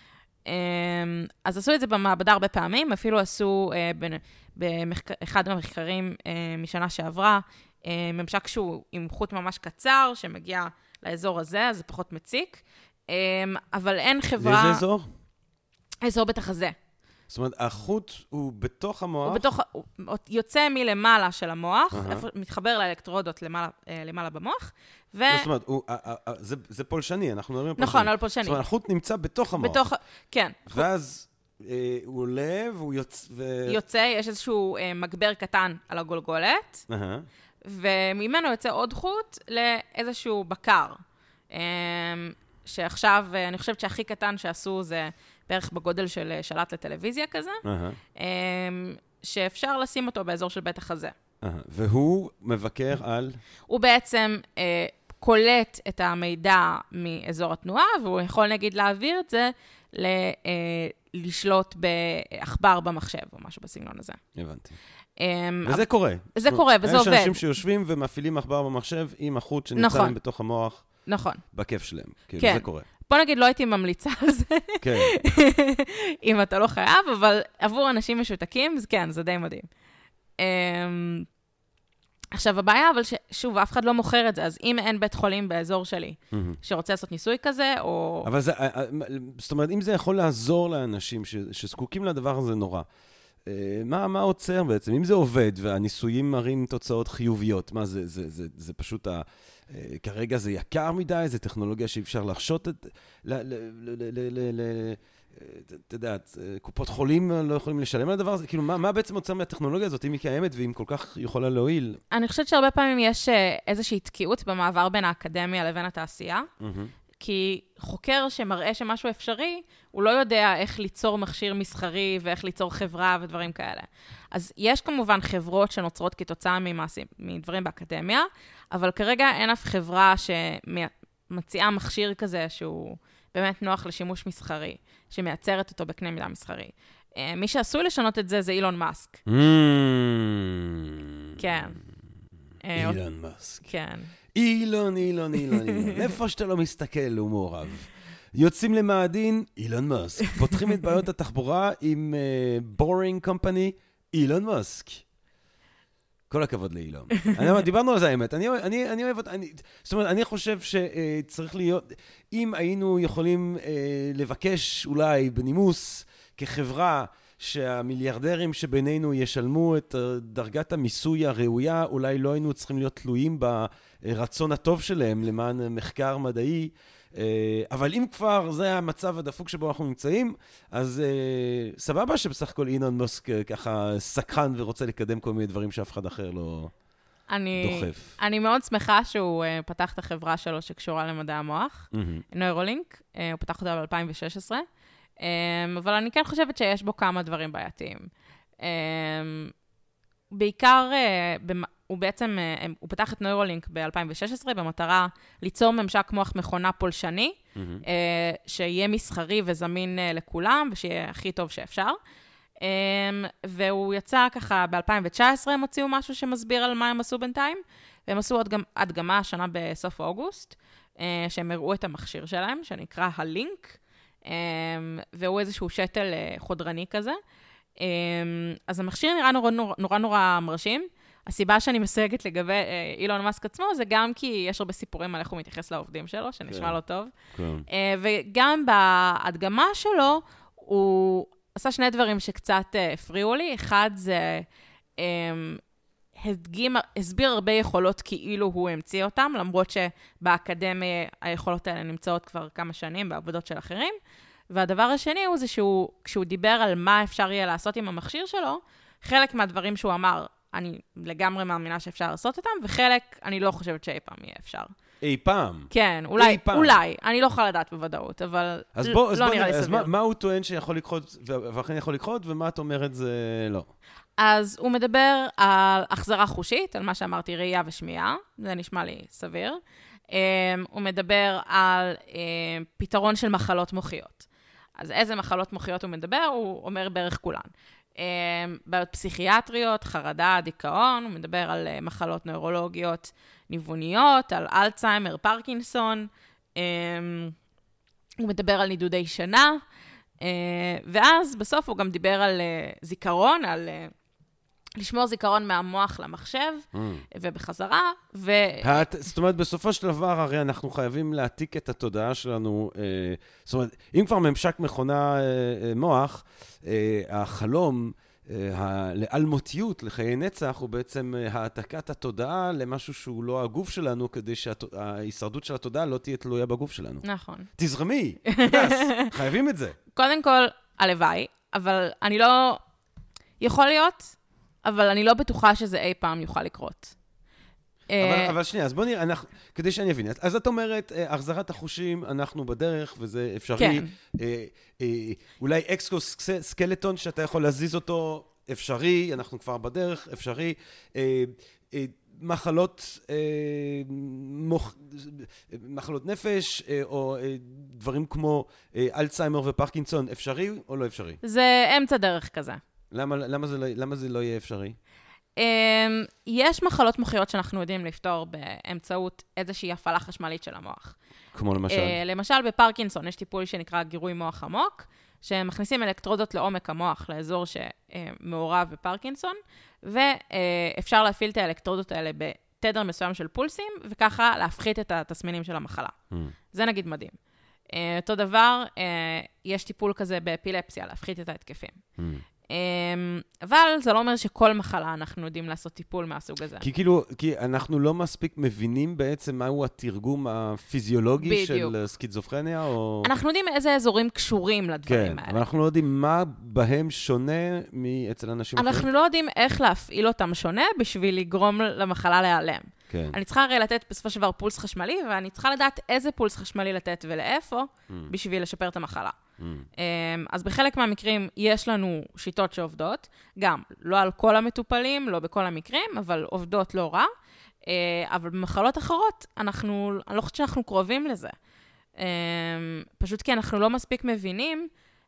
אז עשו את זה במעבדה הרבה פעמים, אפילו עשו באחד המחקרים משנה שעברה, ממשק שהוא עם חוט ממש קצר, שמגיע לאזור הזה, אז זה פחות מציק, אבל אין חברה... לאיזה אזור? אזור בתחזה. זאת אומרת, החוט הוא בתוך המוח? הוא בתוך, הוא יוצא מלמעלה של המוח, מתחבר לאלקטרודות למעלה, למעלה במוח, ו... זאת אומרת, הוא, זה, זה פולשני, אנחנו מדברים פולשני. נכון, על פולשני. זאת אומרת, החוט נמצא בתוך המוח. בתוך, כן. ואז אה, הוא עולה והוא יוצא... ו... יוצא, יש איזשהו אה, מגבר קטן על הגולגולת, uh-huh. וממנו יוצא עוד חוט לאיזשהו בקר. אה, שעכשיו, אני חושבת שהכי קטן שעשו זה בערך בגודל של שלט לטלוויזיה כזה, uh-huh. שאפשר לשים אותו באזור של בית החזה. Uh-huh. והוא מבקר על... הוא בעצם אה, קולט את המידע מאזור התנועה, והוא יכול נגיד להעביר את זה ל, אה, לשלוט באחבר במחשב, או משהו בסגנון הזה. הבנתי. וזה קורה. זה קורה, וזה עובד. יש אנשים שיושבים ומפעילים אחבר במחשב עם החוט שנמצא להם בתוך המוח. נכון. בכיף שלהם. כן. זה קורה. בוא נגיד, לא הייתי ממליצה על זה. כן. אם אתה לא חייב, אבל עבור אנשים משותקים, אז כן, זה די מדהים. עכשיו, הבעיה, אבל שוב, אף אחד לא מוכר את זה, אז אם אין בית חולים באזור שלי, שרוצה לעשות ניסוי כזה, או... אבל זה, זאת אומרת, אם זה יכול לעזור לאנשים שזקוקים לדבר הזה נורא, מה, מה עוצר בעצם? אם זה עובד והניסויים מראים תוצאות חיוביות, מה זה, זה, זה, זה פשוט ה... כרגע זה יקר מדי, זה טכנולוגיה שאי אפשר לחשות את... אתה יודע, קופות חולים לא יכולים לשלם על הדבר הזה? כאילו, מה, מה בעצם עוצר מהטכנולוגיה הזאת, אם היא קיימת ואם כל כך יכולה להועיל? אני חושבת שהרבה פעמים יש איזושהי תקיעות במעבר בין האקדמיה לבין התעשייה, כי חוקר שמראה שמשהו אפשרי, הוא לא יודע איך ליצור מכשיר מסחרי ואיך ליצור חברה ודברים כאלה. אז יש כמובן חברות שנוצרות כתוצאה ממעשים, מדברים באקדמיה, אבל כרגע אין אף חברה שמציעה מכשיר כזה שהוא באמת נוח לשימוש מסחרי, שמייצרת אותו בקנה מידה מסחרי. מי שעשוי לשנות את זה זה אילון מאסק. כן. אילון מאסק. כן. אילון, אילון, אילון, אילון. איפה שאתה לא מסתכל, הוא מעורב. יוצאים למאדין, אילון מאסק. פותחים את בעיות התחבורה עם בורינג קומפני, אילון מאסק. כל הכבוד לאילון. דיברנו על זה האמת. אני, אני, אני אוהב, אני, זאת אומרת, אני חושב שצריך להיות, אם היינו יכולים לבקש אולי בנימוס כחברה, שהמיליארדרים שבינינו ישלמו את דרגת המיסוי הראויה, אולי לא היינו צריכים להיות תלויים ברצון הטוב שלהם למען מחקר מדעי, אבל אם כבר זה המצב הדפוק שבו אנחנו נמצאים, אז סבבה שבסך הכל אילון מאסק ככה סקרן ורוצה לקדם כל מיני דברים שאף אחד אחר לא אני, דוחף. אני מאוד שמחה שהוא פתח את החברה שלו שקשורה למדעי המוח, נוירולינק, הוא פתח אותה ב-אלפיים ושש עשרה, אבל אני כן חושבת שיש בו כמה דברים בעייתיים. בעיקר, הוא בעצם, הוא פתח את נוירולינק ב-אלפיים ושש עשרה במטרה ליצור ממשק מוח מכונה פולשני, שיהיה מסחרי וזמין לכולם, ושיהיה הכי טוב שאפשר. והוא יצא ככה, ב-אלפיים תשע עשרה הם הוציאו משהו שמסביר על מה הם עשו בינתיים, והם עשו עוד גם הדגמה השנה בסוף אוגוסט, שהם הראו את המכשיר שלהם, שנקרא הלינק, והוא איזשהו שטל חודרני כזה. אז המכשיר נראה נורא נורא, נורא, נורא מרשים. הסיבה שאני מסייגת לגבי אילון מאסק עצמו, זה גם כי יש הרבה סיפורים על איך הוא מתייחס לעובדים שלו, שנשמע לו טוב. וגם בהדגמה שלו, הוא עשה שני דברים שקצת הפריעו לי. אחד זה הדגים, הסביר הרבה יכולות כאילו הוא המציא אותם, למרות שבאקדמיה היכולות האלה נמצאות כבר כמה שנים בעבודות של אחרים. והדבר השני הוא זה שהוא, כשהוא דיבר על מה אפשר יהיה לעשות עם המכשיר שלו, חלק מהדברים שהוא אמר, אני לגמרי מאמינה שאפשר לעשות אותם, וחלק אני לא חושבת שאי פעם יהיה אפשר. אי פעם? כן, אולי, אולי. אני לא יכולה לדעת בוודאות, אבל אז בוא, לא אז בוא נראה לי אז סביר. מה, מה הוא טוען שיכול לקרות, ואכן יכול לקרות, ומה את אומרת זה לא? אז הוא מדבר על החזרה חושית, על מה שאמרתי, ראייה ושמיעה, זה נשמע לי סביר. הוא מדבר על פתרון של מחלות מוחיות. אז איזה מחלות מוחיות הוא מדבר? הוא אומר בערך כולן. בעיות פסיכיאטריות, חרדה, דיכאון, הוא מדבר על מחלות נוירולוגיות ניווניות, על אלצהיימר, פרקינסון, הוא מדבר על נידודי שינה, ואז בסוף הוא גם דיבר על זיכרון, על לשמור זיכרון מהמוח למחשב, mm. ובחזרה, ו... הת... זאת אומרת, בסופו של דבר, הרי אנחנו חייבים להעתיק את התודעה שלנו, אה, זאת אומרת, אם כבר ממשק מכונה אה, אה, מוח, אה, החלום, אה, לאלמותיות, לחיי נצח, הוא בעצם אה, העתקת התודעה למשהו שהוא לא הגוף שלנו, כדי שההישרדות של התודעה לא תהיה תלויה בגוף שלנו. נכון. תזרמי, תדס, חייבים את זה. קודם כל, הלוואי, אבל אני לא... יכול להיות... אבל אני לא בטוחה שזה אי פעם יוכל לקרות. אבל, אבל שנייה, אז בוא נראה, אנחנו, כדי שאני אבין. אז את אומרת, החזרת החושים, אנחנו בדרך, וזה אפשרי. כן. אה, אה, אולי אקסקוסקלטון, שאתה יכול להזיז אותו, אפשרי, אנחנו כבר בדרך, אפשרי. אה, אה, מחלות, אה, מוח, מחלות נפש, אה, או אה, דברים כמו אה, אלצהיימר ופרקינסון, אפשרי או לא אפשרי? זה אמצע דרך כזה. למה, למה זה לא, למה זה לא יהיה אפשרי? יש מחלות מוחיות שאנחנו יודעים לפתור באמצעות איזושהי הפעלה חשמלית של המוח. כמו למשל? למשל בפרקינסון יש טיפול שנקרא גירוי מוח עמוק, שמכניסים אלקטרודות לעומק המוח, לאזור שמעורב בפרקינסון, ואפשר להפעיל את האלקטרודות האלה בתדר מסוים של פולסים, וככה להפחית את התסמינים של המחלה. Mm. זה נגיד מדהים. אותו דבר, יש טיפול כזה באפילפסיה, להפחית את ההתקפים. Mm. אבל זה לא אומר שכל מחלה אנחנו יודעים לעשות טיפול מהסוג הזה. כי כאילו, כי אנחנו לא מספיק מבינים בעצם מהו התרגום הפיזיולוגי בדיוק. של סקיזופרניה, או... אנחנו יודעים איזה אזורים קשורים לדברים כן, האלה. אבל אנחנו לא יודעים מה בהם שונה מאצל אנשים אחרים. אנחנו לא יודעים איך להפעיל אותם שונה בשביל לגרום למחלה להיעלם. כן. אני צריכה הרי לתת בסופו של דבר פולס חשמלי, ואני צריכה לדעת איזה פולס חשמלי לתת ולאיפה, mm. בשביל לשפר את המחלה. Mm. אז בחלק מהמקרים יש לנו שיטות שעובדות, גם לא על כל המטופלים, לא בכל המקרים, אבל עובדות לא רע, אבל במחלות אחרות, אנחנו, אני לא חושבת שאנחנו קרובים לזה. פשוט כי אנחנו לא מספיק מבינים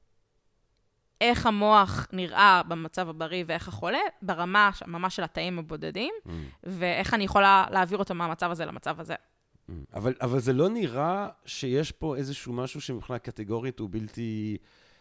איך המוח נראה במצב הבריא ואיך החולה, ברמה ממש של התאים הבודדים, mm. ואיך אני יכולה להעביר אותו מהמצב הזה למצב הזה. Mm. אבל, אבל זה לא נראה שיש פה איזשהו משהו שמבחינה קטגורית הוא בלתי...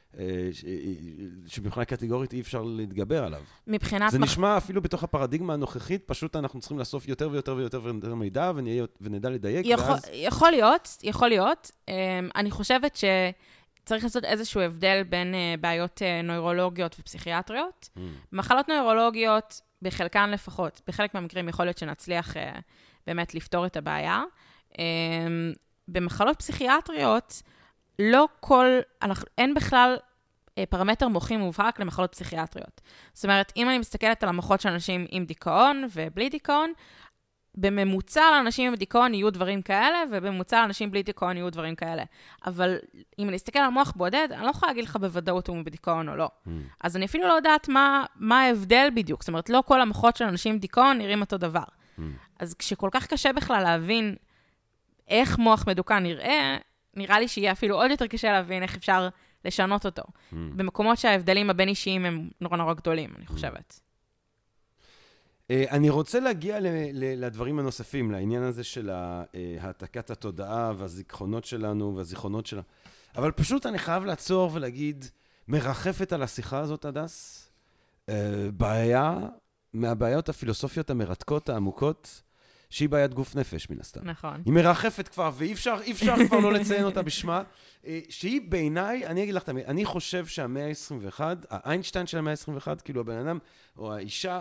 שמבחינה קטגורית אי אפשר להתגבר עליו. מבחינת... זה נשמע אפילו בתוך הפרדיגמה הנוכחית, פשוט אנחנו צריכים לאסוף יותר ויותר ויותר ויותר מידע, ונדע לדייק, יכול, ואז... יכול להיות, יכול להיות. אני חושבת ש... צריך לעשות איזשהו הבדל בין uh, בעיות uh, נוירולוגיות ופסיכיאטריות. Mm. מחלות נוירולוגיות, בחלקן לפחות, בחלק מהמקרים יכול להיות שנצליח uh, באמת לפתור את הבעיה. Um, במחלות פסיכיאטריות, לא כל, אנחנו, אין בכלל uh, פרמטר מוחי מובהק למחלות פסיכיאטריות. זאת אומרת, אם אני מסתכלת על המוחות של אנשים עם דיכאון ובלי דיכאון, בממוצע לאנשים עם דיכאון יהיו דברים כאלה, ובממוצע לאנשים בלי דיכאון יהיו דברים כאלה. אבל אם אני אסתכל על מוח בודד, אני לא יכולה להגיד לך בוודאות אם הוא בדיכאון או לא. Mm. אז אני אפילו לא יודעת מה, מה ההבדל בדיוק. זאת אומרת, לא כל המוחות של אנשים עם דיכאון נראים אותו דבר. Mm. אז כשכל כך קשה בכלל להבין איך מוח מדוכא נראה, נראה לי שיהיה אפילו עוד יותר קשה להבין איך אפשר לשנות אותו. Mm. במקומות שההבדלים הבין אישיים הם נורא נורא גדולים, אני חושבת. אני רוצה להגיע לדברים הנוספים, לעניין הזה של העתקת התודעה והזיכרונות שלנו והזיכרונות שלנו. אבל פשוט אני חייב לעצור ולהגיד, מרחפת על השיחה הזאת, הדס, בעיה מהבעיות הפילוסופיות המרתקות, העמוקות, שהיא בעיית גוף נפש מן הסתם. נכון. היא מרחפת כבר, ואי אפשר, אי אפשר כבר לא לציין אותה בשמה, שהיא בעיניי, אני אגיד לך תמיד, אני חושב שהמאה ה-עשרים ואחת, האיינשטיין של המאה ה-עשרים ואחת, כאילו הבן אדם או האישה,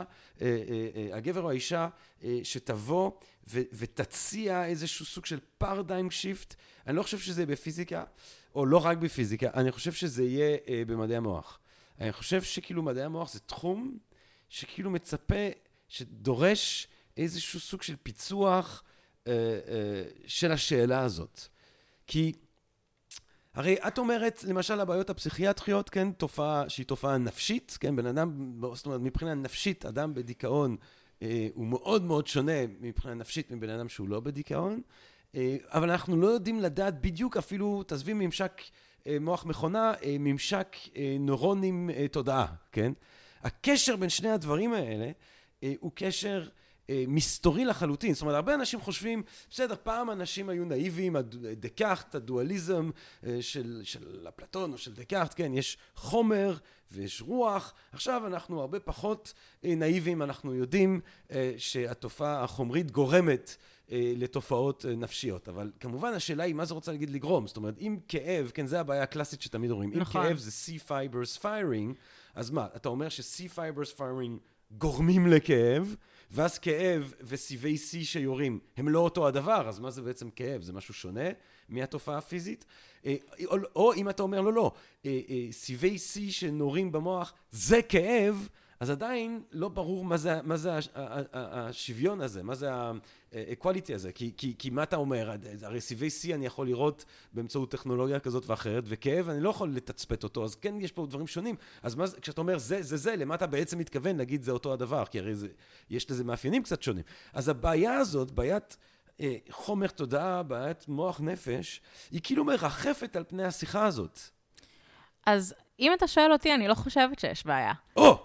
הגבר או האישה, שתבוא ו- ותציע איזשהו סוג של פרדיים שיפט, אני לא חושב שזה בפיזיקה, או לא רק בפיזיקה, אני חושב שזה יהיה במדעי המוח. אני חושב שכאילו מדעי המוח זה תחום שכאילו מצפה, שדורש איזשהו סוג של פיצוח אה, אה, של השאלה הזאת. כי הרי את אומרת, למשל, הבעיות הפסיכיאטריות, כן, תופעה שהיא תופעה נפשית, כן, בן אדם, זאת אומרת, מבחינה נפשית, אדם בדיכאון אה, הוא מאוד מאוד שונה מבחינה נפשית מבן אדם שהוא לא בדיכאון, אה, אבל אנחנו לא יודעים לדעת בדיוק אפילו, תעזבי ממשק אה, מוח מכונה, אה, ממשק אה, נוירונים אה, תודעה, כן? הקשר בין שני הדברים האלה אה, הוא קשר מסתורי לחלוטין. זאת אומרת, הרבה אנשים חושבים, בסדר, פעם אנשים היו נאיביים, דקארט, הדואליזם של, של אפלטון או של דקארט, כן, יש חומר ויש רוח. עכשיו אנחנו הרבה פחות נאיביים, אנחנו יודעים שהתופעה החומרית גורמת לתופעות נפשיות. אבל כמובן השאלה היא, מה זה רוצה להגיד לגרום? זאת אומרת, אם כאב, כן, זה הבעיה הקלאסית שתמיד אומרים, נכון. אם כאב זה C fibers firing, אז מה? אתה אומר ש-C fibers firing גורמים לכאב, ואז כאב וסיבי C שיורים הם לא אותו הדבר, אז מה זה בעצם כאב? זה משהו שונה מהתופעה הפיזית? או, או אם אתה אומר, לא, לא, סיבי C שנורים במוח זה כאב, אז עדיין לא ברור מה זה, מה זה השוויון הזה, מה זה ה-equality הזה, כי, כי, כי מה אתה אומר? הרי סיבי C אני יכול לראות באמצעות טכנולוגיה כזאת ואחרת, וכאב אני לא יכול לתצפת אותו, אז כן יש פה דברים שונים, אז מה, כשאתה אומר זה, זה, זה, למה אתה בעצם מתכוון להגיד זה אותו הדבר, כי הרי זה, יש לזה מאפיינים קצת שונים. אז הבעיה הזאת, בעיית אה, חומר תודעה, בעיית מוח נפש, היא כאילו מרחפת על פני השיחה הזאת. אז אם אתה שואל אותי, אני לא חושבת שיש בעיה. או!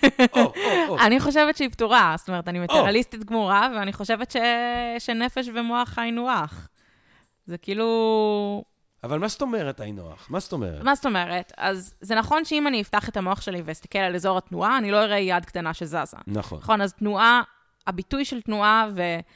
אני חושבת שהיא פתורה, זאת אומרת, אני מטריאליסטית גמורה, ואני חושבת שנפש ומוח היינו אח. זה כאילו... אבל מה זאת אומרת היינו אח? מה זאת אומרת? מה זאת אומרת? אז זה נכון שאם אני אפתח את המוח שלי ואסתכל על אזור התנועה, אני לא אראה יד קטנה שזזה. נכון. נכון, אז תנועה, הביטוי של תנועה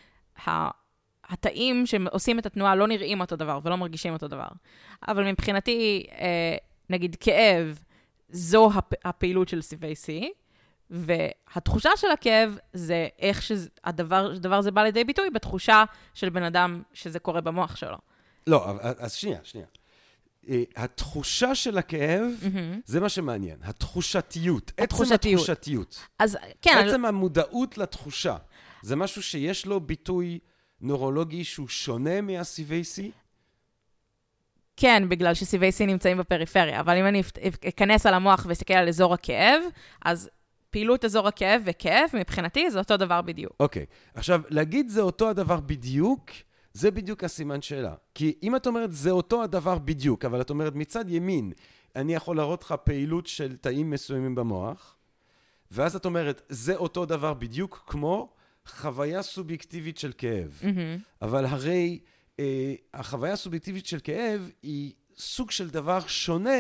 והתאים שעושים את התנועה לא נראים אותו דבר ולא מרגישים אותו דבר. אבל מבחינתי, נגיד כאב, זו הפעילות של סיבי C, והתחושה של הכאב זה איך שהדבר, הדבר הזה בא לידי ביטוי בתחושה של בן אדם שזה קורה במוח שלו. לא, אז שנייה, שנייה. התחושה של הכאב, זה מה שמעניין. התחושתיות. עצם התחושתיות. אז כן. עצם המודעות לתחושה. זה משהו שיש לו ביטוי נורולוגי שהוא שונה מה-סיבי C? כן, בגלל שסיבי C נמצאים בפריפריה, אבל אם אני אכנס על המוח ואסתכל על אזור הכאב, אז פעילות אזור הכאב וכאב, מבחינתי, זה אותו דבר בדיוק. אוקיי. עכשיו, להגיד זה אותו הדבר בדיוק, זה בדיוק הסימן שאלה. כי אם את אומרת זה אותו הדבר בדיוק, אבל את אומרת מצד ימין, אני יכול להראות לך פעילות של תאים מסוימים במוח, ואז את אומרת, זה אותו דבר בדיוק כמו חוויה סובייקטיבית של כאב. Mm-hmm. אבל הרי אה, החוויה הסובייקטיבית של כאב היא סוג של דבר שונה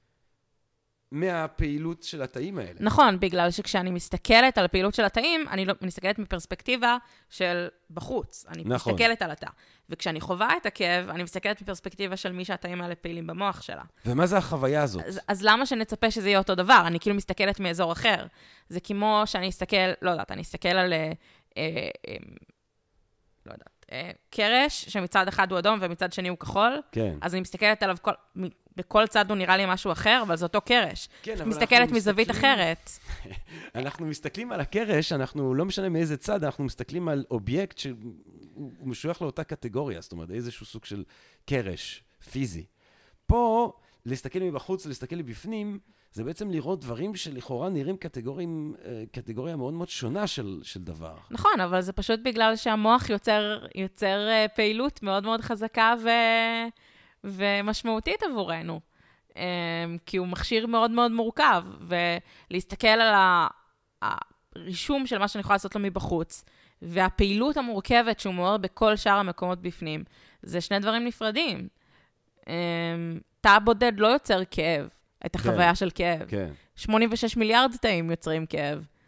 מהפעילות של התאים האלה. נכון, בגלל שכשאני מסתכלת על הפעילות של התאים, אני לא, מסתכלת מפרספקטיבה של בחוץ. אני נכון. מסתכלת על התא. וכשאני חווה את הכאב, אני מסתכלת מפרספקטיבה של מי שהתאים האלה פעילים במוח שלה. ומה זה החוויה הזאת? אז, אז למה שנצפה שזה יהיה אותו דבר? אני כאילו מסתכלת מאזור אחר. זה כמו שאני אסתכל, לא יודעת, אני אסתכל על, אה, אה, אה, לא יודעת, אה, קרש, שמצד אחד הוא אדום ומצד שני הוא כחול. כן. אז אני מסתכלת עליו כל... בכל צד הוא נראה לי משהו אחר, אבל זה אותו קרש. כן, אבל מסתכלת מזווית אחרת. אנחנו מסתכלים על הקרש, אנחנו לא משנה מאיזה צד, אנחנו מסתכלים על אובייקט שהוא משוייך לאותה קטגוריה, זאת אומרת, איזשהו סוג של קרש פיזי. פה, להסתכל מבחוץ, להסתכל מבפנים, זה בעצם לראות דברים שלכאורה נראים קטגוריים, קטגוריה מאוד מאוד שונה של, של דבר. נכון, אבל זה פשוט בגלל שהמוח יוצר, יוצר פעילות מאוד מאוד חזקה ו... ומשמעותית עבורנו, כי הוא מכשיר מאוד מאוד מורכב, ולהסתכל על הרישום של מה שאני יכולה לעשות לו מבחוץ, והפעילות המורכבת שהוא מעורר בכל שאר המקומות בפנים, זה שני דברים נפרדים. תא בודד לא יוצר כאב, את החוויה של כאב. שמונים ושש מיליארד תאים יוצרים כאב.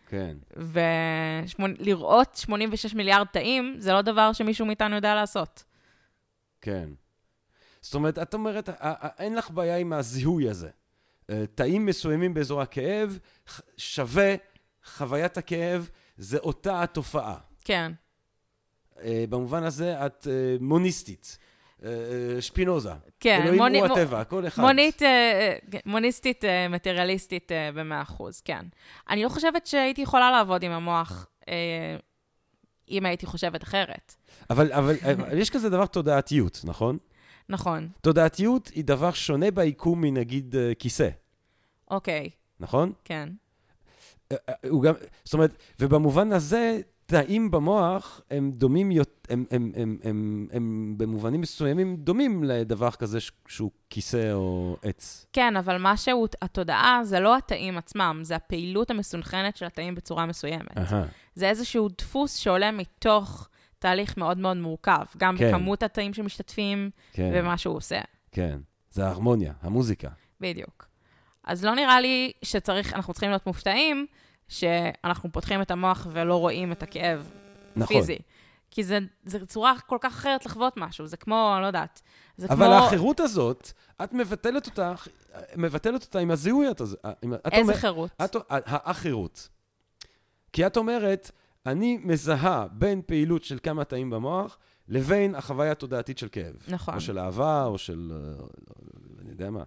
כן. ולראות שמונים ושש מיליארד תאים, זה לא דבר שמישהו מאיתנו יודע לעשות. כן. זאת אומרת, את אומרת, אין לך בעיה עם הזיהוי הזה. תאים מסוימים באזור הכאב, שווה חוויית הכאב, זה אותה התופעה. כן. במובן הזה את מוניסטית, שפינוזה. כן. אלוהים הוא הטבע, כל אחד. מונית, מוניסטית, מטריאליסטית במאה אחוז, כן. אני לא חושבת שהייתי יכולה לעבוד עם המוח, אם הייתי חושבת אחרת. אבל, אבל, אבל יש כזה דבר תודעתיות, נכון? נכון. תודעתיות היא דבר שונה ביקום מנגיד כיסא. אוקיי. נכון? כן. הוא גם, זאת אומרת, ובמובן הזה, תאים במוח הם דומים, הם, הם, הם, הם, הם במובנים מסוימים דומים לדבר כזה שהוא כיסא או עץ. כן, אבל מה שהוא, התודעה זה לא התאים עצמם, זה הפעילות המסונכנת של התאים בצורה מסוימת. Aha. זה איזשהו דפוס שעולה מתוך תהליך מאוד מאוד מורכב, גם כן. בכמות התאים שמשתתפים כן. ומה שהוא עושה. כן, זה ההרמוניה, המוזיקה. בדיוק. אז לא נראה לי שצריך, אנחנו צריכים להיות מופתעים, שאנחנו פותחים את המוח ולא רואים את הכאב נכון. פיזי. כי זה, זה צורה כל כך אחרת לחוות משהו. זה כמו, אני לא יודעת. זה אבל כמו... האחירות הזאת, את מבטלת אותה, מבטלת אותה עם הזיהוי הזה. איזה אומר, חירות? את, האחירות. כי את אומרת, אני מזהה בין פעילות של כמה תאים במוח, לבין החוויה התודעתית של כאב. נכון. או של אהבה, או של... אני יודע מה.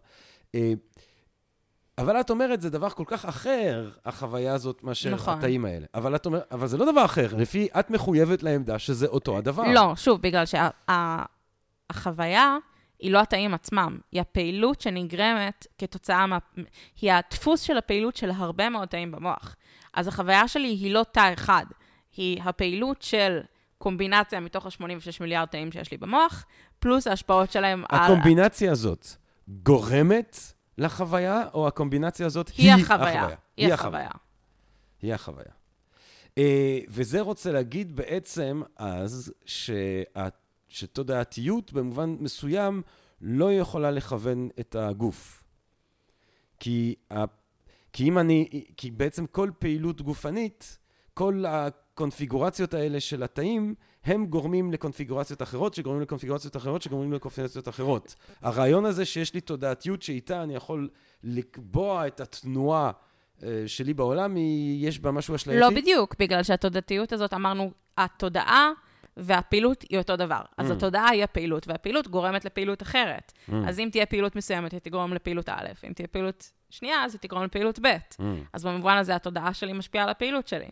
אבל את אומרת, זה דבר כל כך אחר, החוויה הזאת, מאשר נכון. התאים האלה. אבל את אומרת, אבל זה לא דבר אחר. לפי, את מחויבת לעמדה שזה אותו הדבר. לא, שוב, בגלל שהחוויה היא לא התאים עצמם. היא הפעילות שנגרמת כתוצאה מה... היא הדפוס של הפעילות של הרבה מאוד תאים במוח. אז החוויה שלי היא לא תא אחד. היא הפעילות של קומבינציה מתוך ה-שמונים ושש מיליארד תאים שיש לי במוח, פלוס ההשפעות שלהם על... הקומבינציה הזאת גורמת... לחוויה, או הקומבינציה הזאת היא, היא החוויה. החוויה. היא החוויה. היא החוויה. Uh, וזה רוצה להגיד בעצם אז שה... שתודעתיות במובן מסוים לא יכולה לכוון את הגוף. כי, ה... כי אם אני, כי בעצם כל פעילות גופנית, כל הקונפיגורציות האלה של התאים, הם גורמים לקונפיגורציות אחרות, שגורמים לקונפיגורציות אחרות, שגורמים לקונפיגורציות אחרות. הרעיון הזה שיש לי תודעתיות שאיתה אני יכול לקבוע את התנועה שלי בעולם, יש בה משהו אשלייתי? לא בדיוק, בגלל שהתודעתיות הזאת, אמרנו, התודעה והפעילות היא אותו דבר. אז התודעה היא הפעילות, והפעילות גורמת לפעילות אחרת. אז אם תהיה פעילות מסוימת, היא תגרום לפעילות א', אם תהיה פעילות שנייה, אז היא תגרום לפעילות ב'. אז במובן הזה, התודעה שלי משפיעה על הפעילות שלי.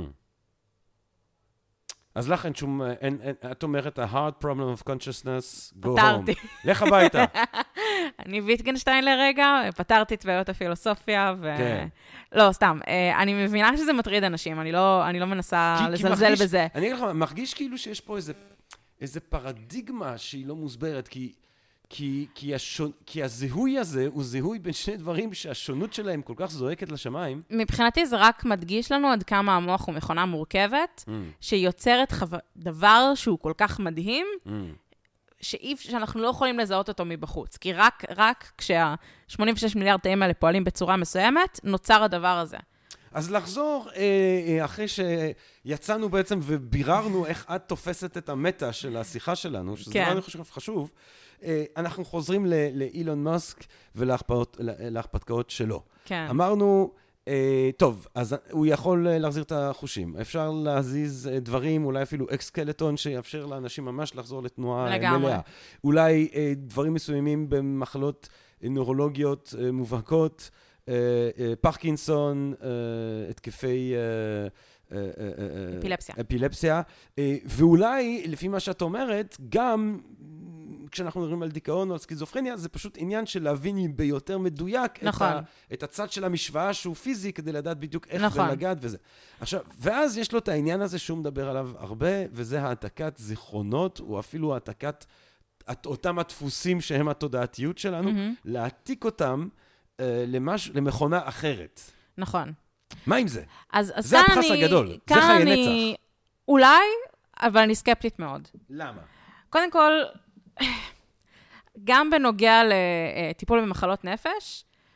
אז לך אין שום, אין, אין, את אומרת, ה-hard problem of consciousness, go פתרתי. home. לך הביתה. אני ויטגנשטיין לרגע, פתרתי את בעיות הפילוסופיה, ו... כן. לא, סתם. אני מבינה שזה מטריד אנשים, אני לא, אני לא מנסה כי, לזלזל כי מרגיש, בזה. אני אגיד לך, מרגיש כאילו שיש פה איזה, איזה פרדיגמה שהיא לא מוסברת, כי... כי, כי, השון, כי הזיהוי הזה הוא זיהוי בין שני דברים שהשונות שלהם כל כך זועקת לשמיים. מבחינתי זה רק מדגיש לנו עד כמה המוח הוא מכונה מורכבת, mm. שיוצרת חו... דבר שהוא כל כך מדהים, mm. שאיף, שאנחנו לא יכולים לזהות אותו מבחוץ. כי רק, רק כשה-שמונים ושש מיליארד תאים האלה פועלים בצורה מסוימת, נוצר הדבר הזה. אז לחזור, אחרי שיצאנו בעצם וביררנו איך את תופסת את המטה של השיחה שלנו, שזה כן. דבר אני חושב חשוב, אנחנו חוזרים לאילון מאסק ולהכפתקאות שלו. כן. אמרנו, טוב, אז הוא יכול להחזיר את החושים. אפשר להזיז דברים, אולי אפילו אקסקלטון שיאפשר לאנשים ממש לחזור לתנועה לגמרי. מלאה. אולי דברים מסוימים במחלות נוירולוגיות מובהקות, פרקינסון, התקפי אפילפסיה. אפילפסיה, ואולי, לפי מה שאת אומרת, גם כשאנחנו מדברים על דיכאון או על סקיזופרניה, זה פשוט עניין של להבין ביותר מדויק נכון. את, ה, את הצד של המשוואה שהוא פיזי, כדי לדעת בדיוק איך נכון. ולגעת וזה. עכשיו, ואז יש לו את העניין הזה שהוא מדבר עליו הרבה, וזה העתקת זיכרונות, או אפילו העתקת אותם הדפוסים שהם התודעתיות שלנו, mm-hmm. להעתיק אותם uh, למש, למכונה אחרת. נכון. מה עם זה? אז, אז זה הפחס אני, הגדול, זה חיי אני, נצח. אולי, אבל אני סקפטית מאוד. למה? קודם כל, גם בנוגע לטיפול במחלות נפש,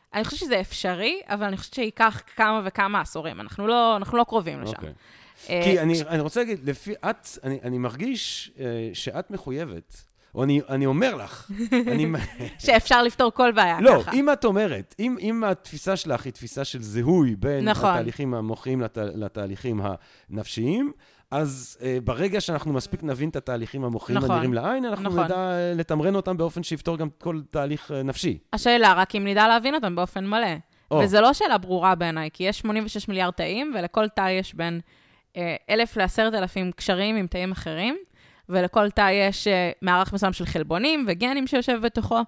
אני חושבת שזה אפשרי, אבל אני חושבת שייקח כמה וכמה עשורים. אנחנו לא, אנחנו לא קרובים לשם. אוקיי. כי אני, אני רוצה להגיד, לפי, את, אני, אני מרגיש uh, שאת מחויבת, או אני, אני אומר לך, אני... שאפשר לפתור כל בעיה לא, ככה. לא, אם את אומרת, אם, אם התפיסה שלך היא תפיסה של זיהוי בין נכון. התהליכים המוחיים לת, לתהליכים הנפשיים, אז uh, ברגע שאנחנו מספיק נבין את התהליכים המוחיים נכון. הנראים לעין, אנחנו נכון. נדע uh, לתמרן אותם באופן שיפתור גם כל תהליך uh, נפשי. השאלה, רק אם נדע להבין אותם באופן מלא. או. וזו לא שאלה ברורה בעיניי, כי יש שמונים ושש מיליארד תאים, ולכל תא יש בין אלף לעשרת אלפים קשרים עם תאים אחרים, ולכל תא יש מערך מסוים של חלבונים וגנים שיושב בתוכו,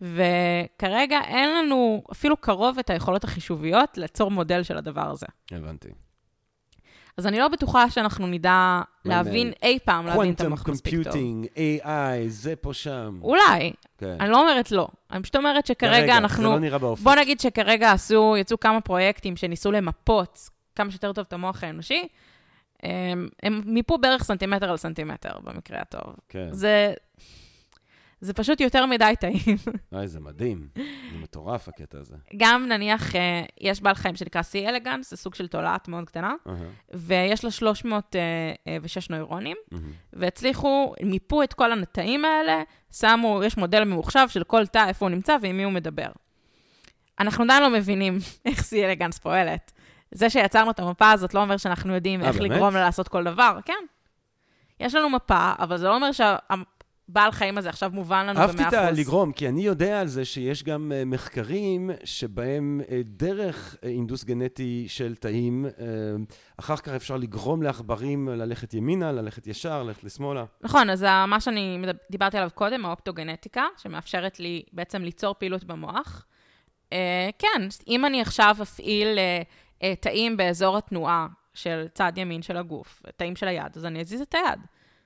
וכרגע אין לנו אפילו קרוב את היכולות החישוביות ליצור מודל של הדבר הזה. הבנתי. אז אני לא בטוחה שאנחנו נדע להבין אי פעם, להבין את המוח מספיק טוב. Quantum Computing, איי איי, זה פה שם. אולי. כן. אני לא אומרת לא. אני פשוט אומרת שכרגע אנחנו... זה לא נראה באופן. בוא נגיד שכרגע עשו, יצאו כמה פרויקטים שניסו למפות כמה שיותר טוב את המוח האנושי, הם, הם מיפו בערך סנטימטר על סנטימטר, במקרה הטוב. כן. זה, זה פשוט יותר מדי טעים. אוי, זה מדהים. זה מטורף הקטע הזה. גם נניח, יש בעל חיים שנקרא C. elegans, זה סוג של תולעת מאוד קטנה, uh-huh. ויש לה שלוש מאות ושש נוירונים, uh-huh. והצליחו, מיפו את כל הנתאים האלה, שמו, יש מודל ממוחשב של כל תא, איפה הוא נמצא ועם מי הוא מדבר. אנחנו עדיין לא מבינים איך C. elegans פועלת. זה שיצרנו את המפה הזאת לא אומר שאנחנו יודעים איך לגרום לה לעשות כל דבר. כן. יש לנו מפה, אבל זה לא אומר שהבעל חיים הזה עכשיו מובן לנו במאה אחוז. אהבתי את לגרום, כי אני יודע על זה שיש גם מחקרים שבהם דרך אינדוס גנטי של תאים, אחר כך אפשר לגרום לעכברים ללכת ימינה, ללכת ישר, ללכת לשמאלה. נכון, אז מה שאני דיברתי עליו קודם, האופטוגנטיקה, שמאפשרת לי בעצם ליצור פעילות במוח. כן, אם אני עכשיו אפעיל תאים באזור התנועה של צד ימין של הגוף, תאים של היד, אז אני אזיז את היד.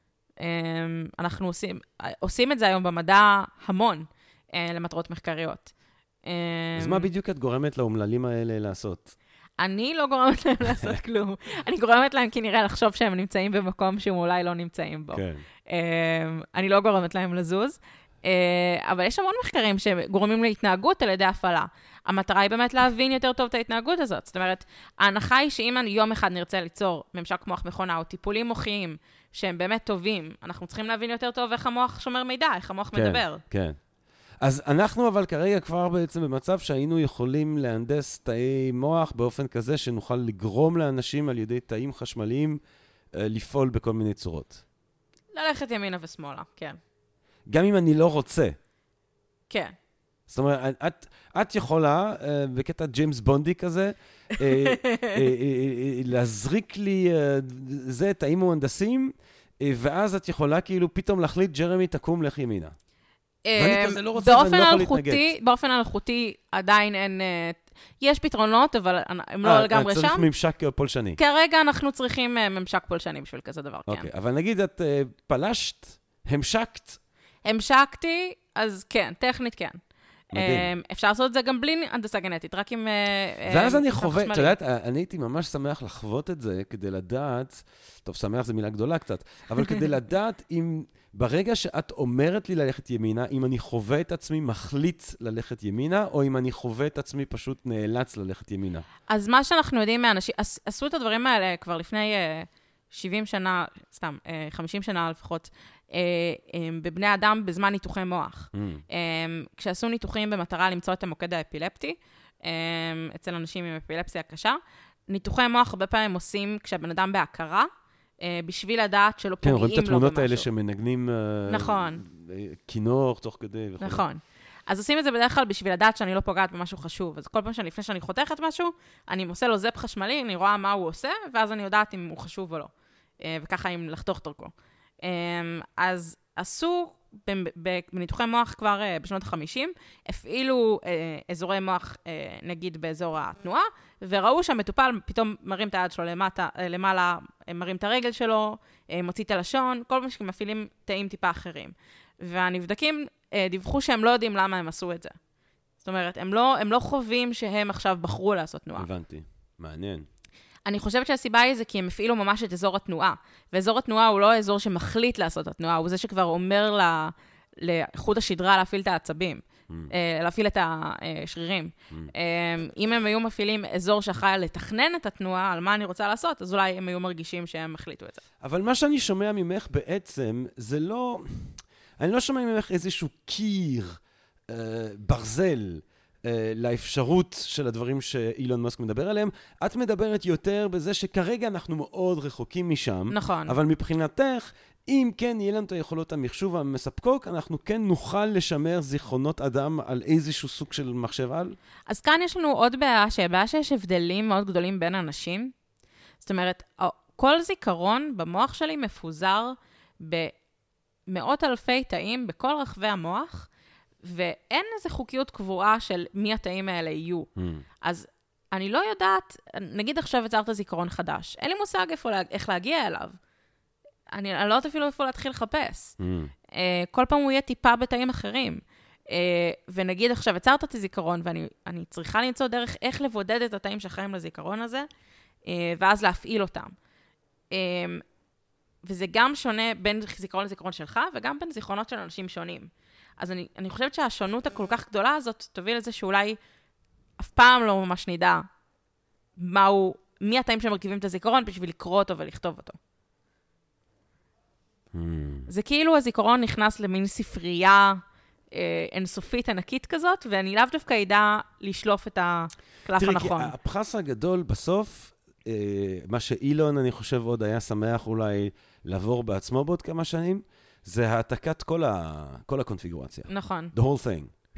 אנחנו עושים, עושים את זה היום במדע המון למטרות מחקריות. אז מה בדיוק את גורמת לאומללים האלה לעשות? אני לא גורמת להם לעשות כלום. אני גורמת להם כנראה לחשוב שהם נמצאים במקום שהם אולי לא נמצאים בו. אני לא גורמת להם לזוז. אבל יש המון מחקרים שגורמים להתנהגות על ידי הפעלה. המטרה היא באמת להבין יותר טוב את ההתנהגות הזאת. זאת אומרת, ההנחה היא שאם אני יום אחד נרצה ליצור ממשק מוח מכונה או טיפולים מוחיים שהם באמת טובים, אנחנו צריכים להבין יותר טוב איך המוח שומר מידע, איך המוח כן, מדבר. כן. אז אנחנו אבל כרגע כבר בעצם במצב שהיינו יכולים להנדס תאי מוח באופן כזה שנוכל לגרום לאנשים על ידי תאים חשמליים לפעול בכל מיני צורות. ללכת ימינה ושמאלה, כן. גם אם אני לא רוצה. כן. זאת אומרת, את, את יכולה, בקטע ג'יימס בונדי כזה, להזריק לי זה תאים מוהנדסים, ואז את יכולה כאילו פתאום להחליט, ג'רמי תקום לך ימינה. ואני כזה לא רוצה ואני לא יכול להתנגד. באופן הלכותי עדיין אין, יש פתרונות, אבל הם לא לגמרי שם. צריך ממשק פולשני. כרגע אנחנו צריכים ממשק פולשני בשביל כזה דבר, כן. אוקיי, אבל נגיד את פלשת, המשקת. המשקתי, אז כן, טכנית כן. מדהים. אפשר לעשות את זה גם בלי הנדסה גנטית, רק עם... ואז אני חווה, את יודעת, אני הייתי ממש שמח לחוות את זה, כדי לדעת, טוב, שמח זה מילה גדולה קצת, אבל כדי לדעת אם ברגע שאת אומרת לי ללכת ימינה, אם אני חווה את עצמי מחליט ללכת ימינה, או אם אני חווה את עצמי פשוט נאלץ ללכת ימינה. אז מה שאנחנו יודעים מאנשים, עשו את הדברים האלה כבר לפני שבעים שנה, סתם, חמישים שנה לפחות, בבני אדם בזמן ניתוחי מוח. Mm. כשעשו ניתוחים במטרה למצוא את המוקד האפילפטי, אצל אנשים עם אפילפסיה קשה, ניתוחי מוח הרבה פעמים עושים כשהבן אדם בהכרה, בשביל לדעת שלא פוגעים לו במשהו. כן, רואים את התמונות האלה שמנגנים נכון. כינור תוך כדי וכו'. נכון. אז עושים את זה בדרך כלל בשביל לדעת שאני לא פוגעת במשהו חשוב. אז כל פעם שאני, לפני שאני חותכת משהו, אני עושה לו זפ חשמלי, אני רואה מה הוא עושה, ואז אני יודעת אם הוא חשוב או לא. וככה אם לחתוך דרכו. אז עשו בניתוחי מוח כבר בשנות ה-חמישים, הפעילו אזורי מוח, נגיד באזור התנועה, וראו שהמטופל פתאום מרים את היד שלו למטה, למעלה, מרים את הרגל שלו, מוציא את הלשון, כל מה שמפעילים תאים טיפה אחרים. והנבדקים דיווחו שהם לא יודעים למה הם עשו את זה. זאת אומרת, הם לא, הם לא חווים שהם עכשיו בחרו לעשות תנועה. הבנתי, מעניין. אני חושבת שהסיבה היא זה כי הם הפעילו ממש את אזור התנועה. ואזור התנועה הוא לא האזור שמחליט לעשות את התנועה, הוא זה שכבר אומר לחוט השדרה להפעיל את העצבים. להפעיל את השרירים. אם הם היו מפעילים אזור שאחראי לתכנן את התנועה, על מה אני רוצה לעשות, אז אולי הם היו מרגישים שהם החליטו את זה. אבל מה שאני שומע ממך בעצם, זה לא... אני לא שומע ממך איזשהו קיר, ברזל, לאפשרות של הדברים שאילון מאסק מדבר עליהם. את מדברת יותר בזה שכרגע אנחנו מאוד רחוקים משם. נכון. אבל מבחינתך, אם כן יהיה לנו את היכולות המחשוב המספקות, אנחנו כן נוכל לשמר זיכרונות אדם על איזשהו סוג של מחשב על? אז כאן יש לנו עוד בעיה, שהבעיה שיש הבדלים מאוד גדולים בין אנשים. זאת אומרת, כל זיכרון במוח שלי מפוזר במאות אלפי תאים בכל רחבי המוח, ואין איזו חוקיות קבועה של מי התאים האלה יהיו. Mm. אז אני לא יודעת, נגיד עכשיו יצרת זיכרון חדש, אין לי מושג איפה, איך להגיע אליו. אני, אני לא יודעת אפילו איפה להתחיל לחפש. Mm. Uh, כל פעם הוא יהיה טיפה בתאים אחרים. Uh, ונגיד עכשיו יצרת את הזיכרון, ואני אני צריכה למצוא דרך איך לבודד את התאים שחיים לזיכרון הזה, uh, ואז להפעיל אותם. Uh, וזה גם שונה בין זיכרון לזיכרון שלך, וגם בין זיכרונות של אנשים שונים. אז אני, אני חושבת שהשונות הכל כך גדולה הזאת תוביל לזה שאולי אף פעם לא ממש נדע מהו, מי התאים שמרכיבים את הזיכרון בשביל לקרוא אותו ולכתוב אותו. Hmm. זה כאילו הזיכרון נכנס למין ספרייה אה, אינסופית ענקית כזאת, ואני לאו דווקא ידע לשלוף את הקלף הנכון. תראי, כי הפחס הגדול בסוף, אה, מה שאילון אני חושב עוד היה שמח אולי לעבור בעצמו בעוד כמה שנים, זה העתקת כל, ה... כל הקונפיגורציה. נכון. The whole thing.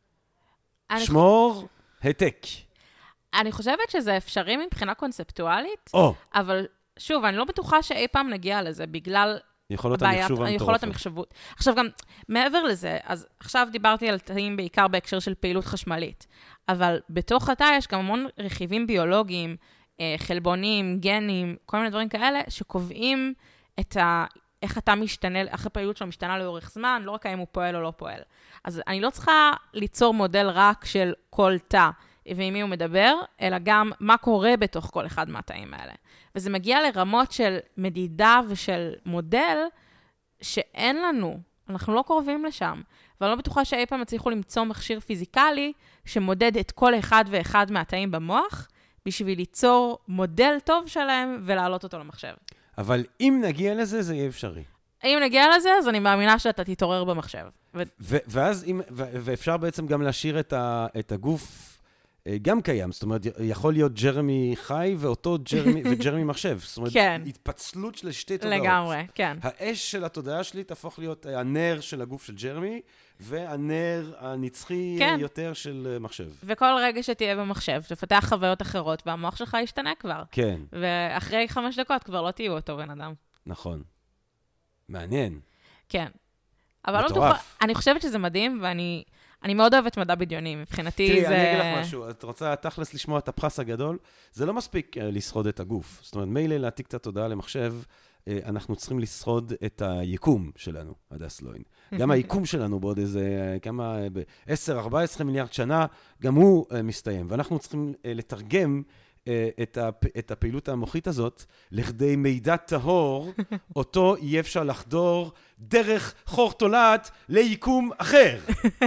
שמור, העתק. אני חושבת שזה אפשרי מבחינה קונספטואלית, oh. אבל שוב, אני לא בטוחה שאי פעם נגיע לזה, בגלל יכולות המחשוב המטורפת. יכולות המחשבות. עכשיו גם, מעבר לזה, אז עכשיו דיברתי על תאים בעיקר בהקשר של פעילות חשמלית, אבל בתוך התא יש גם המון רכיבים ביולוגיים, חלבונים, גנים, כל מיני דברים כאלה, שקובעים את ה... איך אתה משתנה, איך הפעילות שלו משתנה לאורך זמן, לא רק האם הוא פועל או לא פועל. אז אני לא צריכה ליצור מודל רק של כל תא, ועם מי הוא מדבר, אלא גם מה קורה בתוך כל אחד מהתאים האלה. וזה מגיע לרמות של מדידה ושל מודל, שאין לנו, אנחנו לא קרובים לשם. ואני לא בטוחה שאי פעם הצליחו למצוא מכשיר פיזיקלי, שמודד את כל אחד ואחד מהתאים במוח, בשביל ליצור מודל טוב שלהם, ולהעלות אותו למחשב. אבל אם נגיע לזה, זה יהיה אפשרי. אם נגיע לזה, אז אני מאמינה שאתה תתעורר במחשב. ו- ואז, אם, ו- ואפשר בעצם גם להשאיר את, ה- את הגוף גם קיים. זאת אומרת, יכול להיות ג'רמי חי, ואותו ג'רמי, וג'רמי מחשב. זאת אומרת, כן. התפצלות של שתי תודעות. לגמרי, כן. האש של התודעה שלי תהפוך להיות הנר של הגוף של ג'רמי, והנר הנצחי כן. יותר של מחשב. וכל רגע שתהיה במחשב, תפתח חוויות אחרות, והמוח שלך ישתנה כבר. כן. ואחרי חמש דקות כבר לא תהיו אותו בן אדם. נכון. מעניין. כן. אבל לא תוכל, אני חושבת שזה מדהים, ואני אני מאוד אוהבת מדע בדיוני, מבחינתי תראי, זה... תראי, אני אגיד לך משהו, את רוצה תכלס לשמוע את הפרס הגדול, זה לא מספיק uh, לשרוד את הגוף. זאת אומרת, מילא להעתיק את התודעה למחשב, uh, אנחנו צריכים לשרוד את היקום שלנו, הדס לוין. גם היקום שלנו בעוד איזה, uh, כמה, ב-עשר ארבע עשרה מיליארד שנה, גם הוא uh, מסתיים. ואנחנו צריכים uh, לתרגם את, הפ... את הפעילות המוחית הזאת, לכדי מידע טהור, אותו יהיה אפשר לחדור דרך חור תולעת ליקום אחר.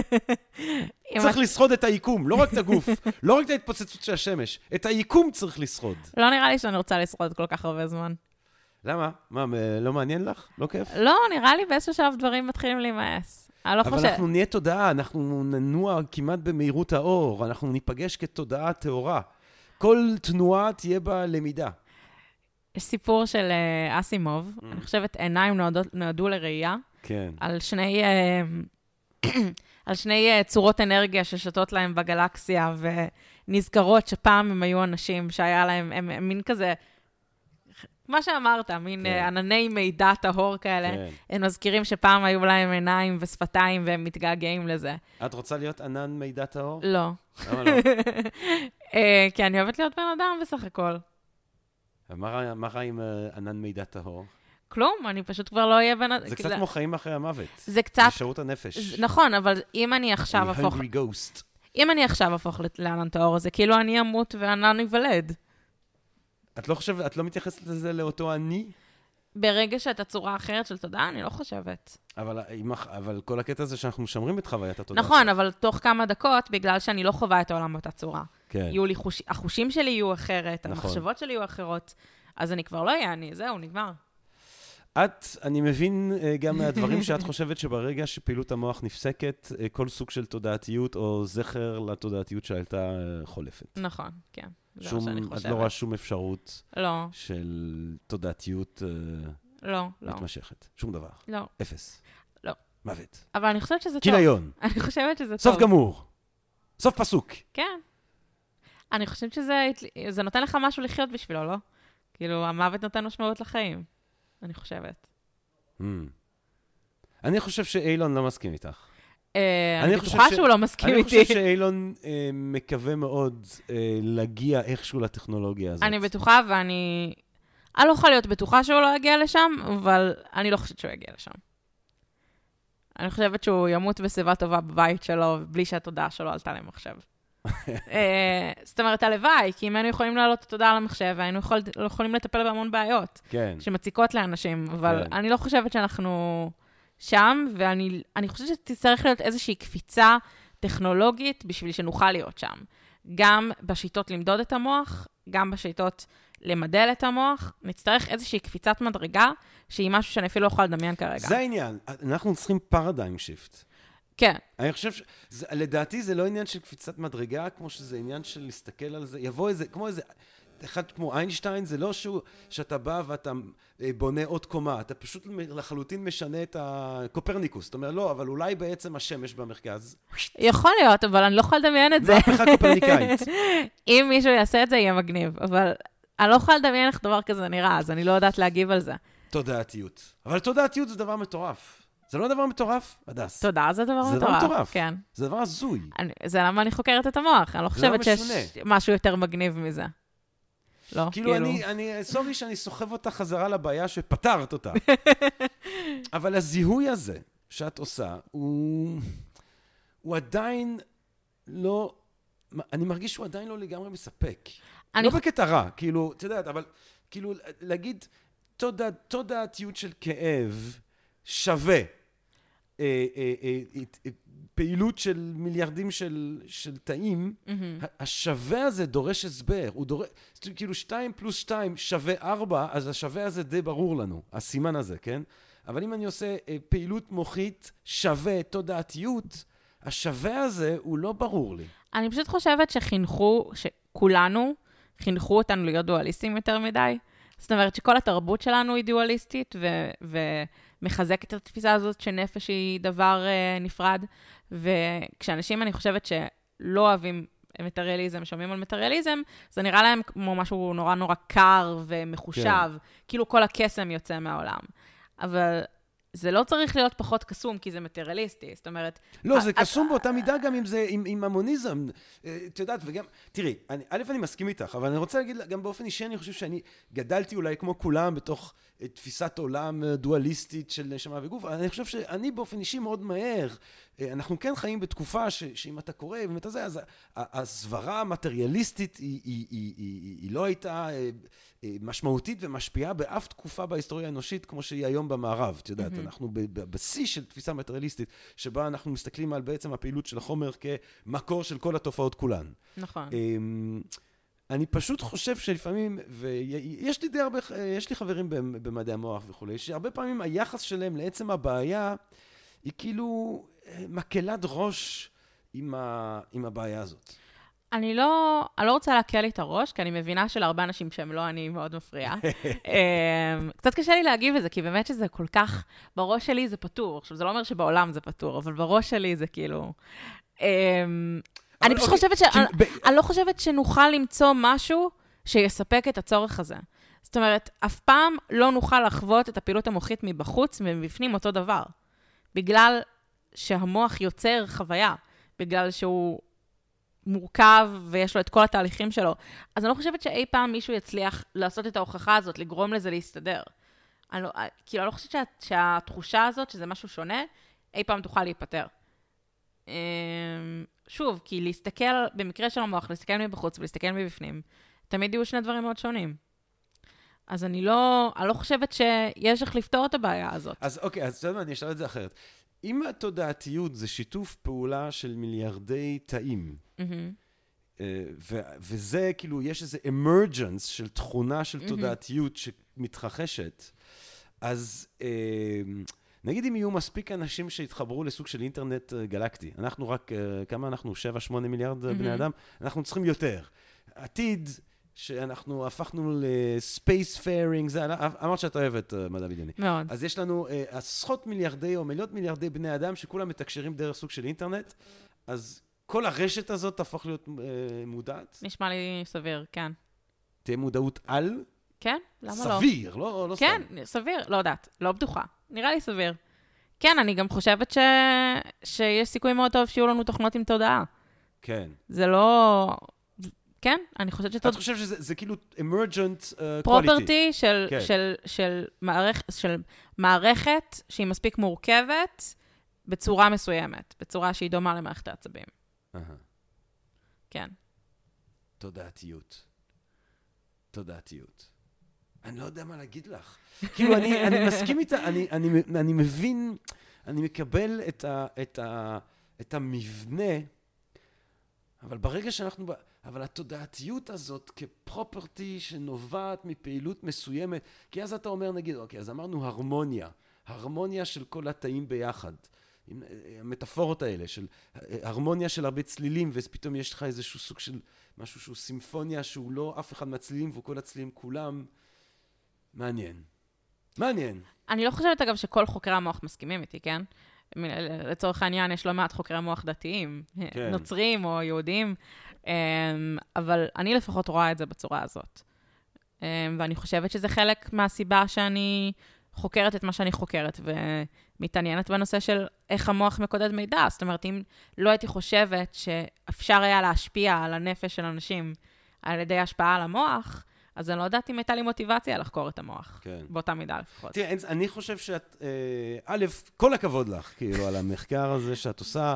צריך לשרוד את היקום, לא רק את הגוף, לא רק את ההתפוצצות של השמש, את היקום צריך לשרוד. לא נראה לי שאני רוצה לשרוד כל כך הרבה זמן. למה? מה, לא מעניין לך? לא כיף? לא, נראה לי באיזשהו שלב דברים מתחילים להימאס. אני לא אבל חושב... אנחנו נהיה תודעה, אנחנו ננוע כמעט במהירות האור, אנחנו ניפגש כתודעה טהורה. כל תנועה תהיה בה למידה. יש סיפור של uh, אסימוב, mm. אני חושבת עיניים נועדו, נועדו לראייה, כן. על שני, uh, על שני uh, צורות אנרגיה ששתות להם בגלקסיה, ונזכרות שפעם הם היו אנשים שהיה להם, הם, הם מין כזה, מה שאמרת, מין כן. uh, ענני מידע טהור כאלה, כן. הם מזכירים שפעם היו להם עיניים ושפתיים, והם מתגעגעים לזה. את רוצה להיות ענן מידע טהור? לא. למה לא? כי אני אוהבת להיות בן אדם בסך הכל. מה רע עם ענן מידע טהור? כלום, אני פשוט כבר לא אהיה בן אדם. זה קצת כמו חיים אחרי המוות. זה קצת... זה שירות הנפש. נכון, אבל אם אני עכשיו הפוך... hungry ghost. אם אני עכשיו הפוך לענן טהור, זה כאילו אני אמות וענן ייוולד. את לא חושבת, את לא מתייחסת לזה לאותו אני? ברגע שאתה צורה אחרת של תודעה, אני לא חושבת. אבל, אבל כל הקטע הזה שאנחנו משמרים את חוויית התודעה. נכון, אבל תוך כמה דקות, בגלל שאני לא חווה את העולם באותה צורה. כן. יהיו לי חוש... החושים שלי יהיו אחרת, נכון. המחשבות שלי יהיו אחרות, אז אני כבר לא אהיה, אני, זהו, נגמר. את, אני מבין גם מהדברים שאת חושבת שברגע שפעילות המוח נפסקת, כל סוג של תודעתיות או זכר לתודעתיות שהייתה חולפת. נכון, כן. שום, את לא רואה שום אפשרות לא. של תודעתיות לא, לא. מתמשכת. שום דבר. לא. אפס. לא. מוות. אבל אני חושבת שזה טוב. כיליון. אני חושבת שזה סוף טוב. סוף גמור. סוף פסוק. כן. אני חושבת שזה זה נותן לך משהו לחיות בשבילו, לא? כאילו, המוות נותן משמעות לחיים. אני חושבת. Mm. אני חושב שאילון לא מסכים איתך. אה, אני בטוחה ש... שהוא לא מסכים אני איתי. אני חושב שאילון אה, מקווה מאוד אה, להגיע איכשהו לטכנולוגיה הזאת. אני בטוחה, ואני... אני לא יכולה להיות בטוחה שהוא לא יגיע לשם, אבל אני לא חושבת שהוא יגיע לשם. אני חושבת שהוא ימות בסביבה טובה בבית שלו, בלי שהתודעה שלו עלתה למחשב. זאת אומרת, הלוואי, כי אם היינו יכולים להעלות את התודעה למחשב, היינו יכול, יכולים לטפל בהמון בעיות, כן. שמציקות לאנשים, אבל כן. אני לא חושבת שאנחנו שם, ואני אני חושבת שתצטרך להיות איזושהי קפיצה טכנולוגית בשביל שנוכל להיות שם. גם בשיטות למדוד את המוח, גם בשיטות למדל את המוח, נצטרך איזושהי קפיצת מדרגה, שהיא משהו שאני אפילו לא יכולה לדמיין כרגע. זה העניין. אנחנו צריכים פרדיים שיפט. כן. אני חושב ש... זה, לדעתי זה לא עניין של קפיצת מדרגה, כמו שזה עניין של להסתכל על זה. יבוא איזה, כמו איזה... אחד כמו איינשטיין, זה לא שהוא, שאתה בא ואתה בונה עוד קומה, אתה פשוט לחלוטין משנה את הקופרניקוס. זאת אומרת, לא, אבל אולי בעצם השמש במרכז. יכול להיות, אבל אני לא יכולה לדמיין את זה. מהפכה קופרניקאית. אם מישהו יעשה את זה, יהיה מגניב. אבל אני לא יכולה לדמיין איך דבר כזה נראה, אז אני לא יודעת להגיב על זה. תודעתיות. אבל תודעתיות זה דבר מטורף. זה לא דבר מטורף, הדס. תודה, זה דבר מטורף. זה דבר מטורף. כן. זה דבר הזוי. אני, זה למה אני חוקרת את המוח. אני לא חושבת שיש משהו יותר מגניב מזה. לא, כאילו, כאילו... אני, אני, סורי שאני סוחב אותה חזרה לבעיה שפתרת אותה. אבל הזיהוי הזה שאת עושה, הוא, הוא עדיין לא, אני מרגיש שהוא עדיין לא לגמרי מספק. אני... לא בקטע רע, כאילו, אתה יודעת, אבל כאילו, להגיד, תודע, תודעתיות של כאב שווה, אה, אה, אה, אה, פעילות של מיליארדים של, של תאים, mm-hmm. השווה הזה דורש הסבר, הוא דורש, כאילו שתיים פלוס שתיים שווה ארבע, אז השווה הזה די ברור לנו, הסימן הזה, כן? אבל אם אני עושה אה, פעילות מוחית שווה תודעתיות, השווה הזה הוא לא ברור לי. אני פשוט חושבת שחינכו, שכולנו חינכו אותנו להיות דואליסטים יותר מדי. זאת אומרת שכל התרבות שלנו היא דואליסטית, ו- ומחזקת את התפיסה הזאת שנפש היא דבר uh, נפרד, וכשאנשים, אני חושבת שלא אוהבים מטריאליזם, שומעים על מטריאליזם, זה נראה להם כמו משהו נורא נורא קר ומחושב, כן. כאילו כל הקסם יוצא מהעולם. אבל זה לא צריך להיות פחות קסום, כי זה מטריאליסטי, זאת אומרת... לא, זה קסום באותה מידה גם אם זה, עם המוניזם, את יודעת, וגם, תראי, א', אני מסכים איתך, אבל אני רוצה להגיד, גם באופן אישי, אני חושב שאני גדלתי אולי כמו כולם, בתוך תפיסת עולם דואליסטית של נשמה וגוף, אני חושב שאני באופן אישי מאוד מהר, אנחנו כן חיים בתקופה שאם אתה קורא, אם אתה זה, אז הסברה המטריאליסטית היא לא הייתה משמעותית ומשפיעה באף תקופה בהיסטוריה האנושית, כמו שהיא היום במערב, את יודעת, אנחנו בבסיס של תפיסה מטריאליסטית, שבה אנחנו מסתכלים על בעצם הפעילות של החומר כמקור של כל התופעות כולן. נכון. אני פשוט חושב שלפעמים, ויש לי די הרבה, יש לי חברים במדעי המוח וכו', שהרבה פעמים היחס שלהם לעצם הבעיה, היא כאילו מקלת ראש עם, ה, עם הבעיה הזאת. אני לא, אני לא רוצה להקל לי את הראש, כי אני מבינה שלהרבה אנשים שהם לא אני מאוד מפריעה. קצת קשה לי להגיב את זה, כי באמת שזה כל כך, בראש שלי זה פתור. עכשיו, זה לא אומר שבעולם זה פתור, אבל בראש שלי זה כאילו... אני פשוט חושבת ש... אני לא חושבת שנוכל למצוא משהו שיספק את הצורך הזה. זאת אומרת, אף פעם לא נוכל לחוות את הפעילות המוחית מבחוץ ומבפנים אותו דבר. בגלל שהמוח יוצר חוויה, בגלל שהוא מורכב ויש לו את כל התהליכים שלו. אז אני לא חושבת שאי פעם מישהו יצליח לעשות את ההוכחה הזאת, לגרום לזה להסתדר. אני לא, כאילו, אני לא חושבת שה, שהתחושה הזאת, שזה משהו שונה, אי פעם תוכל להיפטר. שוב, כי להסתכל, במקרה של המוח, להסתכל מבחוץ ולהסתכל מבפנים, תמיד יהיו שני דברים מאוד שונים. אז אני לא, אני לא חושבת שיש איך לפתור את הבעיה הזאת. אז אוקיי, אז אני אשאל את זה אחרת. אם התודעתיות זה שיתוף פעולה של מיליארדי תאים, וזה כאילו, יש איזה emergence של תכונה של תודעתיות שמתרחשת, אז נגיד אם יהיו מספיק אנשים שהתחברו לסוג של אינטרנט גלקטי, אנחנו רק, כמה אנחנו? שבע, שמונה מיליארד בני אדם? אנחנו צריכים יותר. עתיד שאנחנו הפכנו לספייס פיירינג, זה, אמרת שאת אוהבת מדע בדיוני. מאוד. אז יש לנו עשרות מיליארדי או מיליון מיליארדי בני אדם שכולם מתקשרים דרך סוג של אינטרנט, אז כל הרשת הזאת תהפוך להיות מודעת. נשמע לי סביר, כן. תהיה מודעות על? כן, למה לא? סביר, לא, לא כן, סתם. סביר, לא יודעת, לא בטוחה. נראה לי סביר. כן, אני גם חושבת ש... שיש סיכוי מאוד טוב שיהיו לנו תוכנות עם תודעה. כן. זה לא... כן, אני חושבת שתוד... את חושב שזה זה כאילו emergent uh, quality? פרופרטי של, כן. של, של, מערכ... של מערכת שהיא מספיק מורכבת בצורה מסוימת, בצורה שהיא דומה למערכת העצבים. Uh-huh. כן. תודעתיות. תודעתיות. אני לא יודע מה להגיד לך. כאילו, אני, אני מסכים איתה, אני, אני, אני מבין, אני מקבל את, ה, את, ה, את המבנה, אבל ברגע שאנחנו, אבל התודעתיות הזאת כפרופרטי שנובעת מפעילות מסוימת, כי אז אתה אומר, נגיד, אוקיי, אז אמרנו הרמוניה, הרמוניה של כל התאים ביחד. המטאפורות האלה של הרמוניה של הרבה צלילים, ופתאום יש לך איזשהו סוג של משהו שהוא סימפוניה, שהוא לא אף אחד מהצלילים, וכל הצלילים כולם. מעניין. מעניין. אני לא חושבת, אגב, שכל חוקרי המוח מסכימים איתי, כן? לצורך העניין, יש לא מעט חוקרי מוח דתיים, כן. נוצרים או יהודים, אבל אני לפחות רואה את זה בצורה הזאת. ואני חושבת שזה חלק מהסיבה שאני חוקרת את מה שאני חוקרת, ומתעניינת בנושא של איך המוח מקודד מידע. זאת אומרת, אם לא הייתי חושבת שאפשר היה להשפיע על הנפש של אנשים על ידי השפעה על המוח, אז אני לא יודעת אם הייתה לי מוטיבציה לחקור את המוח. כן. באותה מידה לפחות. תראה, אני חושב שאת, א', כל הכבוד לך, כאילו, על המחקר הזה שאת עושה.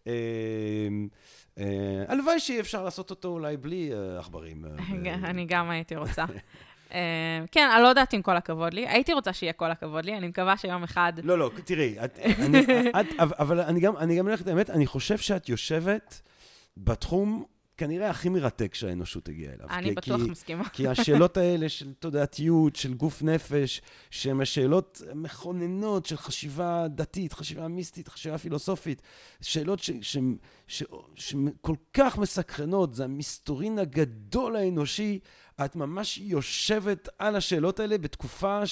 הלוואי שאי אפשר לעשות אותו אולי בלי עכברים. אני גם הייתי רוצה. כן, אני לא יודעת אם כל הכבוד לי. הייתי רוצה שיהיה כל הכבוד לי. אני מקווה שיום אחד... לא, לא, תראי, אבל אני גם הולכת, האמת, אני חושב שאת יושבת בתחום... כנראה הכי מרתק שהאנושות הגיעה אליו. אני בטוח מסכימה. כי השאלות האלה של תודעתיות, של גוף נפש, שהן השאלות מכוננות של חשיבה דתית, חשיבה מיסטית, חשיבה פילוסופית, שאלות שכל כך מסקרנות, זה המסתורין הגדול האנושי, את ממש יושבת על השאלות האלה בתקופה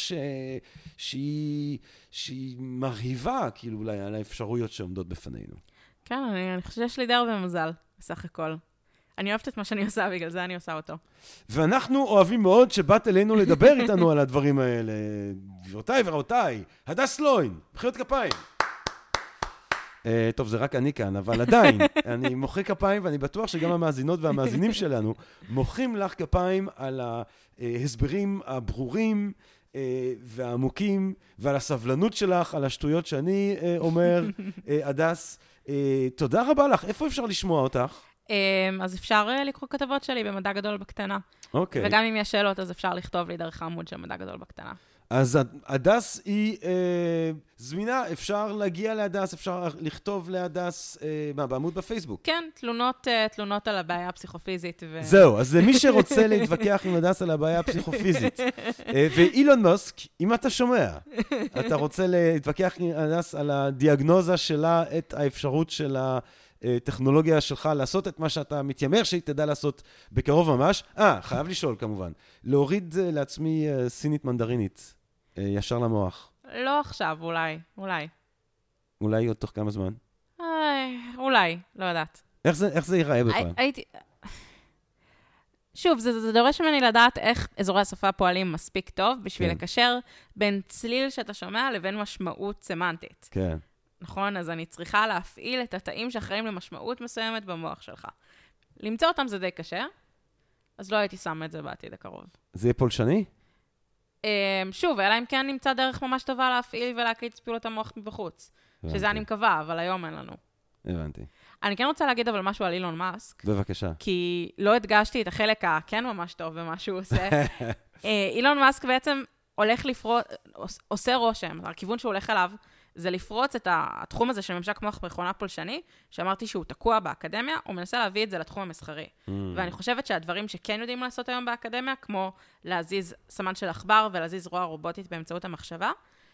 שהיא מרהיבה, כאילו, אולי, על האפשרויות שעומדות בפנינו. כן, אני חושבת שיש לי די הרבה מזל, בסך הכל. אני אוהבת את מה שאני עושה, בגלל זה אני עושה אותו. ואנחנו אוהבים מאוד שבאת אלינו לדבר איתנו על הדברים האלה. גבירותיי ורבותיי, הדס לוין, מחיאות כפיים. טוב, זה רק אני כאן, אבל עדיין, אני מוחא כפיים, ואני בטוח שגם המאזינות והמאזינים שלנו מוחאים לך כפיים על ההסברים הברורים והעמוקים, ועל הסבלנות שלך, על השטויות שאני אומר. הדס, תודה רבה לך. איפה אפשר לשמוע אותך? אז אפשר לקרוא כתבות שלי במדע גדול בקטנה. אוקיי. וגם אם יש שאלות, אז אפשר לכתוב לי דרך העמוד של מדע גדול בקטנה. אז הדס היא אה, זמינה, אפשר להגיע להדס, אפשר לכתוב להדס, אה, מה, בעמוד בפייסבוק? כן, תלונות, אה, תלונות על הבעיה הפסיכופיזית. ו... זהו, אז למי שרוצה להתווכח עם הדס על הבעיה הפסיכופיזית, אה, ואילון מוסק, אם אתה שומע, אתה רוצה להתווכח עם הדס על הדיאגנוזה שלה, את האפשרות של הטכנולוגיה שלך לעשות את מה שאתה מתיימר שהיא תדע לעשות בקרוב ממש. אה, חייב לשאול כמובן, להוריד לעצמי סינית מנדרינית. ישר למוח. לא עכשיו, אולי, אולי. אולי עוד תוך כמה זמן? איי, אולי, לא יודעת. איך זה, איך זה ייראה בכלל? הייתי... שוב, זה, זה דורש ממני לדעת איך אזורי השפה פועלים מספיק טוב, בשביל כן. לקשר בין צליל שאתה שומע לבין משמעות סמנטית. כן. נכון? אז אני צריכה להפעיל את התאים שאחראים למשמעות מסוימת במוח שלך. למצוא אותם זה די קשה, אז לא הייתי שם את זה בעתיד הקרוב. זה יהיה פולשני? שוב, אלא אם כן נמצא דרך ממש טובה להפעיל ולהקליט את פעולות המוח מבחוץ. שזה אני מקווה, אבל היום אין לנו. הבנתי. אני כן רוצה להגיד אבל משהו על אילון מאסק. בבקשה. כי לא הדגשתי את החלק הכן ממש טוב במה שהוא עושה. אילון מאסק בעצם הולך לפרוץ, עושה רושם, הכיוון שהוא הולך אליו, זה לפרוץ את התחום הזה של ממשק מוח מכונה פולשני, שאמרתי שהוא תקוע באקדמיה, הוא מנסה להביא את זה לתחום המסחרי. Mm. ואני חושבת שהדברים שכן יודעים לעשות היום באקדמיה, כמו להזיז סמן של עכבר ולהזיז זרוע רובוטית באמצעות המחשבה,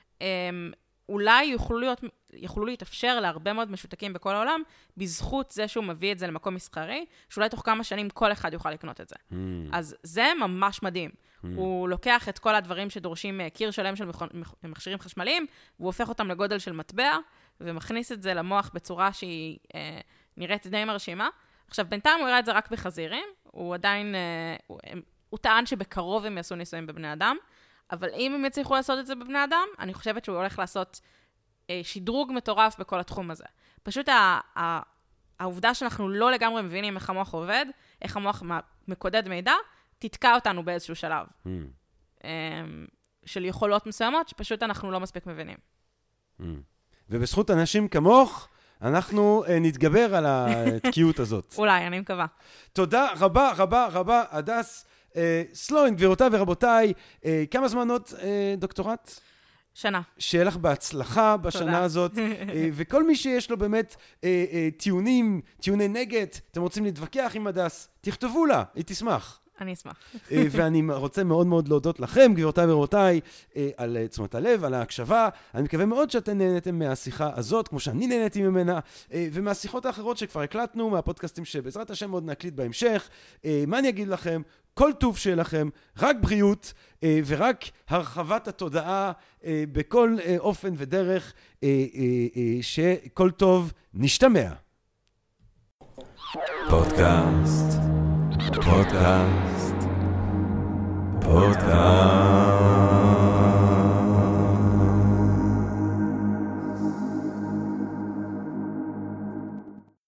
אולי יוכלו, להיות, יוכלו להתאפשר להרבה מאוד משותקים בכל העולם, בזכות זה שהוא מביא את זה למקום מסחרי, שאולי תוך כמה שנים כל אחד יוכל לקנות את זה. Mm. אז זה ממש מדהים. Mm. הוא לוקח את כל הדברים שדורשים קיר שלם של מכשירים חשמליים, והוא הופך אותם לגודל של מטבע, ומכניס את זה למוח בצורה שהיא אה, נראית די מרשימה. עכשיו, בינתיים הוא יראה את זה רק בחזירים, הוא עדיין, אה, הוא, הוא טען שבקרוב הם יעשו ניסויים בבני אדם, אבל אם הם יצליחו לעשות את זה בבני אדם, אני חושבת שהוא הולך לעשות אה, שדרוג מטורף בכל התחום הזה. פשוט ה, ה, העובדה שאנחנו לא לגמרי מבינים איך המוח עובד, איך המוח מקודד מידע, תתקע אותנו באיזשהו שלב. Mm. אה, של יכולות מסוימות, שפשוט אנחנו לא מספיק מבינים. Mm. ובזכות אנשים כמוך, אנחנו אה, נתגבר על התקיעות הזאת. אולי, אני מקווה. תודה רבה, רבה, רבה, הדס. סלוין, גבירותיי ורבותיי, כמה זמן עוד דוקטורט? שנה. שיהיה לך בהצלחה בשנה הזאת, וכל מי שיש לו באמת טיעונים, טיעוני נגד, אתם רוצים להתווכח עם הדס, תכתבו לה, היא תשמח. אני אשמח. ואני רוצה מאוד מאוד להודות לכם, גבירותיי ורבותיי, על תשומת הלב, על ההקשבה. אני מקווה מאוד שאתם נהנתם מהשיחה הזאת, כמו שאני נהניתי ממנה, ומהשיחות האחרות שכבר הקלטנו, מהפודקאסטים שבעזרת השם עוד נקליט בהמשך. מה אני אגיד לכם? כל טוב שיהיה לכם, רק בריאות ורק הרחבת התודעה בכל אופן ודרך, שכל טוב נשתמע. פודקאסט פודקאסט פודקאסט